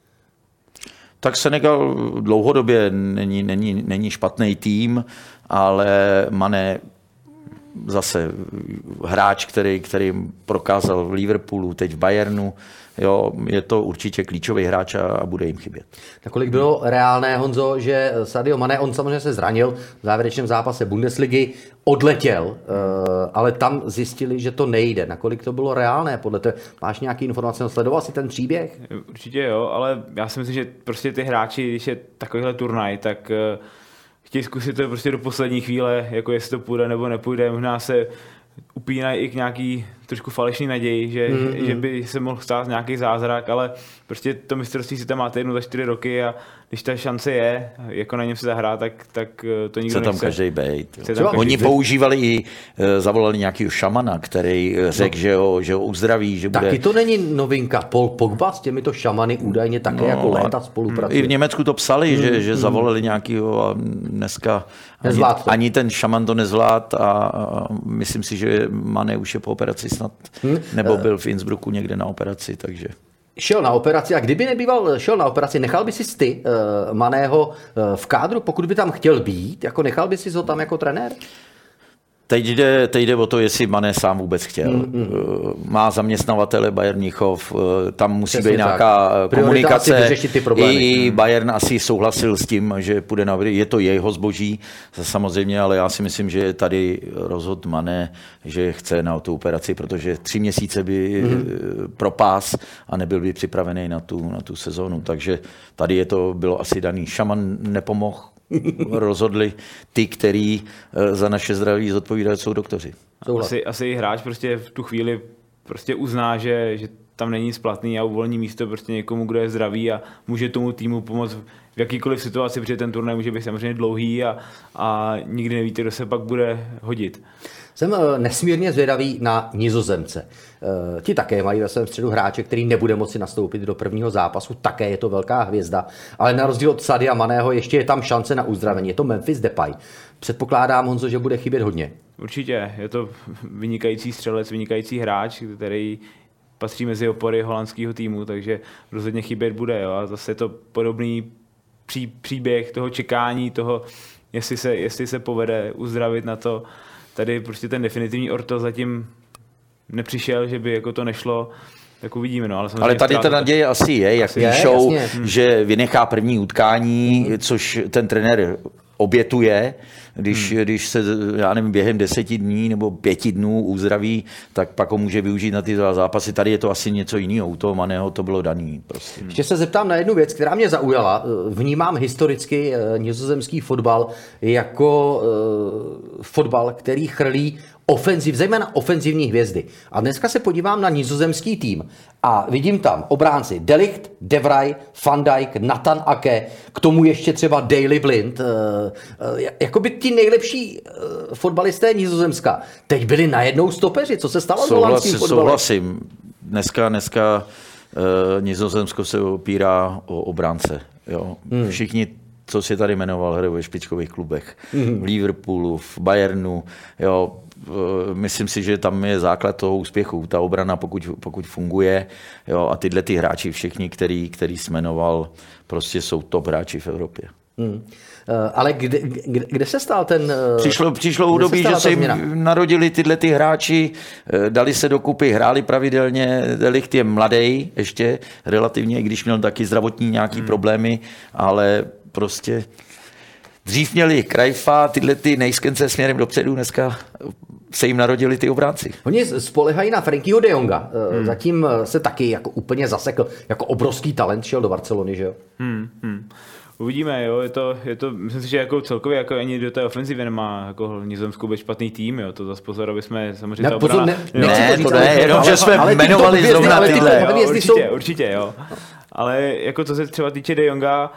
Tak Senegal dlouhodobě není, není, není špatný tým, ale Mané zase hráč, který, který prokázal v Liverpoolu, teď v Bayernu, jo, je to určitě klíčový hráč a bude jim chybět. Nakolik bylo reálné, Honzo, že Sadio Mané, on samozřejmě se zranil v závěrečném zápase Bundesligy, odletěl, ale tam zjistili, že to nejde. Nakolik to bylo reálné? Podle toho máš nějaký informace, sledoval si ten příběh? Určitě jo, ale já si myslím, že prostě ty hráči, když je takovýhle turnaj, tak chtějí zkusit to prostě do poslední chvíle, jako jestli to půjde nebo nepůjde. Možná se upínají i k nějaký trošku falešný naději, že, mm-hmm. že by se mohl stát nějaký zázrak, ale prostě to mistrovství si tam máte jednu za čtyři roky a když ta šance je, jako na něm se zahrát, tak, tak to nikdo chce tam nechce. každej bejt. Oni používali i, zavolali nějakého šamana, který řekl, no. že, ho, že ho uzdraví, že bude... Taky to není novinka. Paul Pogba s těmito šamany údajně také no, jako léta spolupracuje. I v Německu to psali, mm, že, že mm. zavolali nějakého a dneska ani, ani ten šaman to nezvlád a, a myslím si, že Mané už je po operaci snad, hmm. nebo byl v Innsbrucku někde na operaci, takže... Šel na operaci a kdyby nebýval šel na operaci, nechal by si ty uh, Maného uh, v kádru, pokud by tam chtěl být, jako nechal by si ho tam jako trenér? Teď jde, teď jde o to, jestli Mané sám vůbec chtěl. Mm, mm. Má zaměstnavatele Bayern Mnichov, tam musí Přesně být nějaká tak. komunikace. I Bayern asi souhlasil s tím, že půjde na je to jeho zboží, samozřejmě, ale já si myslím, že tady rozhodl Mané, že chce na tu operaci, protože tři měsíce by mm. propás a nebyl by připravený na tu, na tu sezónu. Takže tady je to bylo asi daný. Šaman nepomohl. Rozhodli ty, který za naše zdraví zodpovídají, jsou doktoři. Asi, asi hráč prostě v tu chvíli prostě uzná, že, že tam není splatný a uvolní místo prostě někomu, kdo je zdravý a může tomu týmu pomoct v jakýkoliv situaci, protože ten turnaj může být samozřejmě dlouhý a, a nikdy nevíte, kdo se pak bude hodit. Jsem nesmírně zvědavý na Nizozemce. Ti také mají ve svém středu hráče, který nebude moci nastoupit do prvního zápasu, také je to velká hvězda, ale na rozdíl od Sadia Maného ještě je tam šance na uzdravení. Je to Memphis Depay. Předpokládám, Honzo, že bude chybět hodně. Určitě, je to vynikající střelec, vynikající hráč, který patří mezi opory holandského týmu, takže rozhodně chybět bude. Jo? A zase je to podobný pří, příběh toho čekání, toho, jestli se, jestli se povede uzdravit na to. Tady prostě ten definitivní orto zatím nepřišel, že by jako to nešlo, tak uvidíme. No, ale, ale tady ta naděje asi je, jak píšou, že vynechá první utkání, hmm. což ten trenér obětuje, když, hmm. když se, já nevím, během deseti dní nebo pěti dnů uzdraví, tak pak ho může využít na ty dva zápasy. Tady je to asi něco jiného, u toho Maného to bylo daný. Prostě. Ještě se zeptám na jednu věc, která mě zaujala. Vnímám historicky nizozemský fotbal jako uh, fotbal, který chrlí ofenziv, zejména ofenzivní hvězdy. A dneska se podívám na nizozemský tým a vidím tam obránci De Ligt, De Vrij, Van Dijk, Nathan Ake, k tomu ještě třeba Daley Blind. Jakoby ti nejlepší fotbalisté Nizozemska. Teď byli najednou stopeři. Co se stalo s holandským fotbalem? Souhlasím. Dneska, dneska uh, Nizozemsko se opírá o obránce. Jo. Hmm. Všichni, co si tady jmenoval, hrajou ve špičkových klubech. Hmm. V Liverpoolu, v Bayernu, jo. Myslím si, že tam je základ toho úspěchu. Ta obrana, pokud, pokud funguje, jo, a tyhle ty hráči všichni, který, který jsi jmenoval, prostě jsou top hráči v Evropě. Hmm. Uh, ale kde, kde, kde se stal ten... Uh, přišlo přišlo údobí, že se jim narodili tyhle ty hráči, dali se dokupy, hráli pravidelně. De Ligt je mladý ještě relativně, i když měl taky zdravotní nějaký hmm. problémy, ale prostě... Dřív měli Cruyffa, tyhle ty nejskence směrem dopředu, dneska se jim narodili ty obránci. Oni spolehají na Frankyho de Jonga. Hmm. Zatím se taky jako úplně zasekl. Jako obrovský talent šel do Barcelony, že jo? Hmm, hmm. Uvidíme, jo, je to, je to, myslím si, že jako celkově jako ani do té ofenzivy nemá jako Nizozemskou bez špatný tým, jo, to zase pozor, aby jsme samozřejmě ne, ta pozor, obrana... Ne, ne, ne to, to ne, jenom, že jsme ale jmenovali zrovna tyhle. Jo, určitě, jsou... určitě, jo. Ale jako co se třeba týče de Jonga,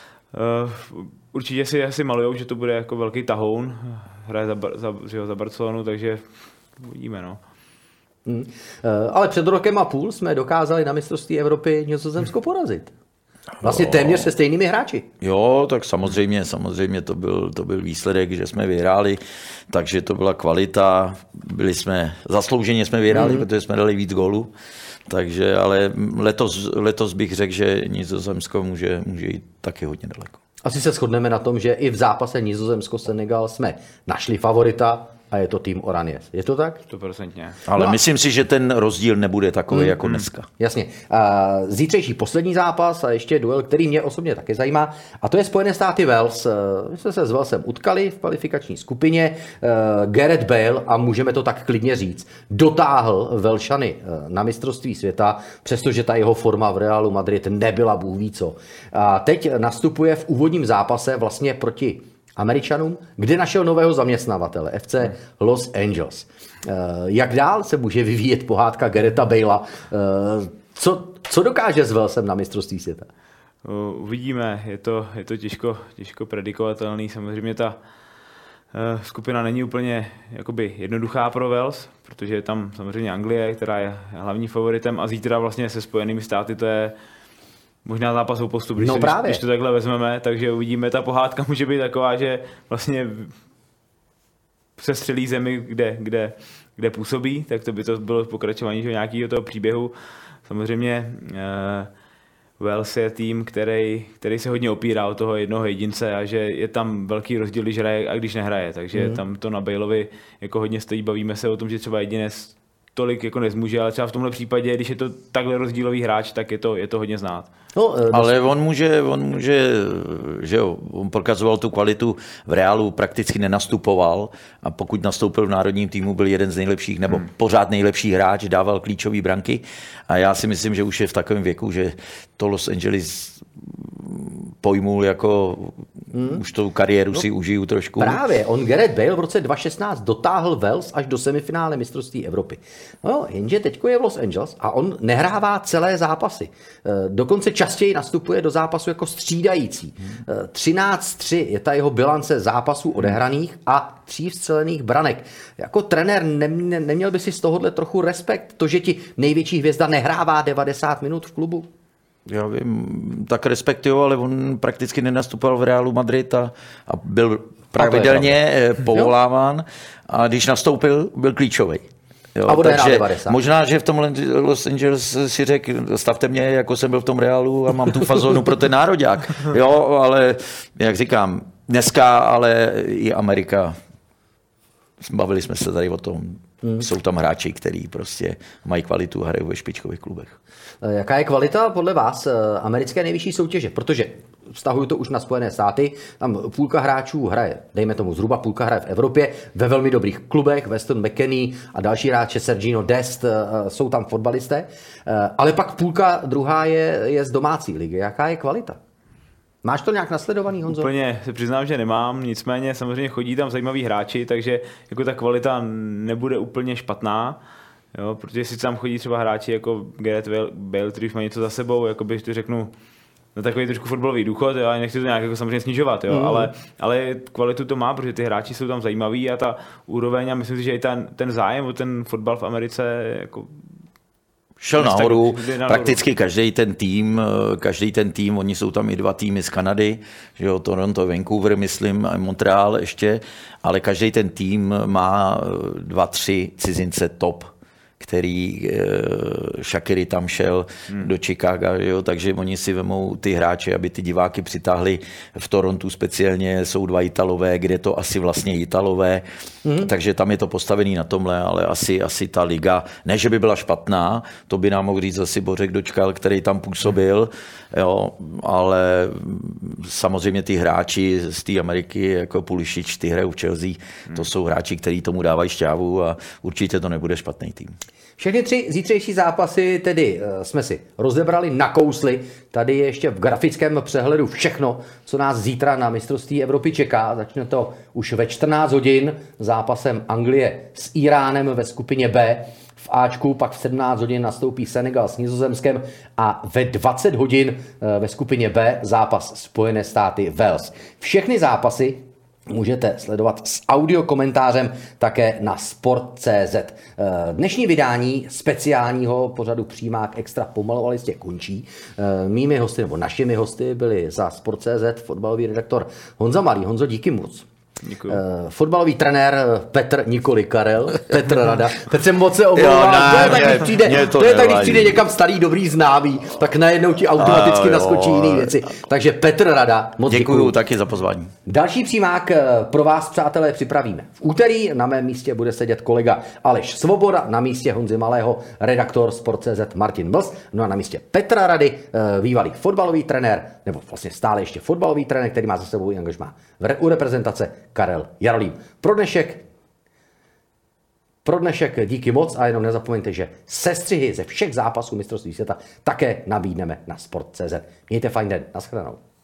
uh, určitě si asi malujou, že to bude jako velký tahoun, hraje za, za, za Barcelonu, takže uvidíme, no. Hmm. Uh, ale před rokem a půl jsme dokázali na mistrovství Evropy Nizozemsko porazit. Vlastně téměř se stejnými hráči. Jo, tak samozřejmě, samozřejmě to byl, to byl výsledek, že jsme vyhráli, takže to byla kvalita, byli jsme, zaslouženě jsme vyhráli, mm-hmm. protože jsme dali víc gólů, takže, ale letos, letos bych řekl, že Nizozemsko může, může jít taky hodně daleko. Asi se shodneme na tom, že i v zápase Nizozemsko-Senegal jsme našli favorita, a je to tým Oranies. Je to tak? sto procent. Ale no a... myslím si, že ten rozdíl nebude takový mm, jako dneska. Jasně. Zítřejší poslední zápas a ještě duel, který mě osobně také zajímá, a to je Spojené státy Wales. My jsme se s Walesem utkali v kvalifikační skupině. Gareth Bale, a můžeme to tak klidně říct, dotáhl Velšany na mistrovství světa, přestože ta jeho forma v Realu Madrid nebyla bůh ví co. A teď nastupuje v úvodním zápase vlastně proti Američanům, kde našel nového zaměstnavatele, F C Los Angeles. Jak dál se může vyvíjet pohádka Garetha Balea? Co, co dokáže s Walesem na mistrovství světa? Uvidíme, je to, je to těžko, těžko predikovatelný. Samozřejmě ta skupina není úplně jakoby jednoduchá pro Wales, protože je tam samozřejmě Anglie, která je hlavní favoritem, a zítra vlastně se Spojenými státy to je možná zápas o postup, když, no když, když to takhle vezmeme, takže uvidíme, ta pohádka může být taková, že vlastně se střelí zemi, kde, kde, kde působí, tak to by to bylo pokračování nějakého toho příběhu. Samozřejmě eh, Wales je tým, který, který se hodně opírá o toho jednoho jedince a že je tam velký rozdíl, když hraje a když nehraje. Takže mm. tam to na Baleovi jako hodně stojí. Bavíme se o tom, že třeba jedinec tolik jako nezmůže, ale třeba v tomhle případě, když je to takhle rozdílový hráč, tak je to, je to hodně znát. No, ale on může, on může, že jo, on prokazoval tu kvalitu v Reálu, prakticky nenastupoval a pokud nastoupil v národním týmu, byl jeden z nejlepších, nebo hmm. pořád nejlepší hráč, dával klíčové branky a já si myslím, že už je v takovém věku, že to Los Angeles pojmul jako hmm. už tou kariéru no, si užiju trošku. Právě, on Gareth Bale v roce dva tisíce šestnáct dotáhl Wales až do semifinále mistrovství Evropy. No, jenže teďko je v Los Angeles a on nehrává celé zápasy. Dokonce častěji nastupuje do zápasu jako střídající. třináct tři je ta jeho bilance zápasů odehraných a tří vstřelených branek. Jako trenér nemě, neměl by si z tohohle trochu respekt, to, že ti největší hvězda nehrává devadesát minut v klubu? Já vím, tak respektuju, ale on prakticky nenastupoval v Realu Madrid a, a byl pravidelně povoláván a když nastoupil, byl klíčový. Jo, a takže možná, že v tom Los Angeles si řekl, stavte mě, jako jsem byl v tom Realu a mám tu fazonu pro ten nároďák. Jo, ale jak říkám, dneska ale i Amerika, bavili jsme se tady o tom, hmm. jsou tam hráči, kteří prostě mají kvalitu a hrajou ve špičkových klubech. Jaká je kvalita podle vás americké nejvyšší soutěže? Protože vztahuju to už na Spojené státy, tam půlka hráčů hraje, dejme tomu zhruba půlka hraje v Evropě, ve velmi dobrých klubech, Weston McKennie a další hráče, Sergino Dest, jsou tam fotbalisté, ale pak půlka druhá je, je z domácí ligy. Jaká je kvalita? Máš to nějak nasledovaný, Honzo? Úplně se přiznám, že nemám, nicméně samozřejmě chodí tam zajímaví hráči, takže jako ta kvalita nebude úplně špatná. Jo, protože si tam chodí třeba hráči jako Gareth Bale, který už má něco za sebou, jako bych to řeknu, na takový trošku fotbalový důchod, jo, a nechci to nějak jako samozřejmě snižovat, jo, mm. ale, ale kvalitu to má, protože ty hráči jsou tam zajímaví a ta úroveň, a myslím si, že i ten, ten zájem o ten fotbal v Americe jako šel nahoru, prakticky každý ten tým, každý ten tým, oni jsou tam i dva týmy z Kanady, že jo, Toronto, Vancouver, myslím, a Montreal ještě, ale každý ten tým má dva, tři cizince top, který Shaqiri tam šel hmm. do Chicaga, jo, takže oni si vemou ty hráče, aby ty diváky přitáhli. V Torontu speciálně jsou dva Italové, kde to asi vlastně Italové, hmm. takže tam je to postavený na tomhle, ale asi, asi ta liga, ne, že by byla špatná, to by nám mohl říct asi Bořek Dočkal, který tam působil, jo, ale samozřejmě ty hráči z té Ameriky, jako Pulisic, ty hrajou v Chelsea, hmm. to jsou hráči, kteří tomu dávají šťávu a určitě to nebude špatný tým. Všechny tři zítřejší zápasy tedy jsme si rozebrali, nakousli. Tady je ještě v grafickém přehledu všechno, co nás zítra na mistrovství Evropy čeká. Začne to už ve čtrnáct hodin zápasem Anglie s Iránem ve skupině B. V Ačku pak v sedmnáct hodin nastoupí Senegal s Nizozemskem a ve dvacet hodin ve skupině B zápas Spojené státy Wales. Všechny zápasy můžete sledovat s audiokomentářem také na sport tečka cé zet. Dnešní vydání speciálního pořadu Přímák Extra pomalu ale jistě končí. Mými hosty, nebo našimi hosty byli za sport tečka cé zet fotbalový redaktor Honza Malý. Honzo, díky moc. Děkuji. Uh, fotbalový trenér Petr, nikoli Karel, Petr Rada. Petr, moc se omlouvám. To je tak, když přijde, to to je tak, když přijde někam starý, dobrý známý, tak najednou ti automaticky uh, naskočí jiné věci. Takže Petr Rada, moc děkuji. Děkuji taky za pozvání. Další přímák pro vás, přátelé, připravíme. V úterý na mém místě bude sedět kolega Aleš Svoboda, na místě Honzy Malého redaktor sport tečka cé zet Martin Mls, no a na místě Petra Rady bývalý fotbalový trenér, nebo vlastně stále ještě fotbalový trenér, který má za sebou i angažmá u reprezentace, Karel Jarolím. Pro dnešek, pro dnešek díky moc a jenom nezapomeňte, že sestřihy ze všech zápasů mistrovství světa také nabídneme na sport tečka cé zet. Mějte fajn den, nashledanou.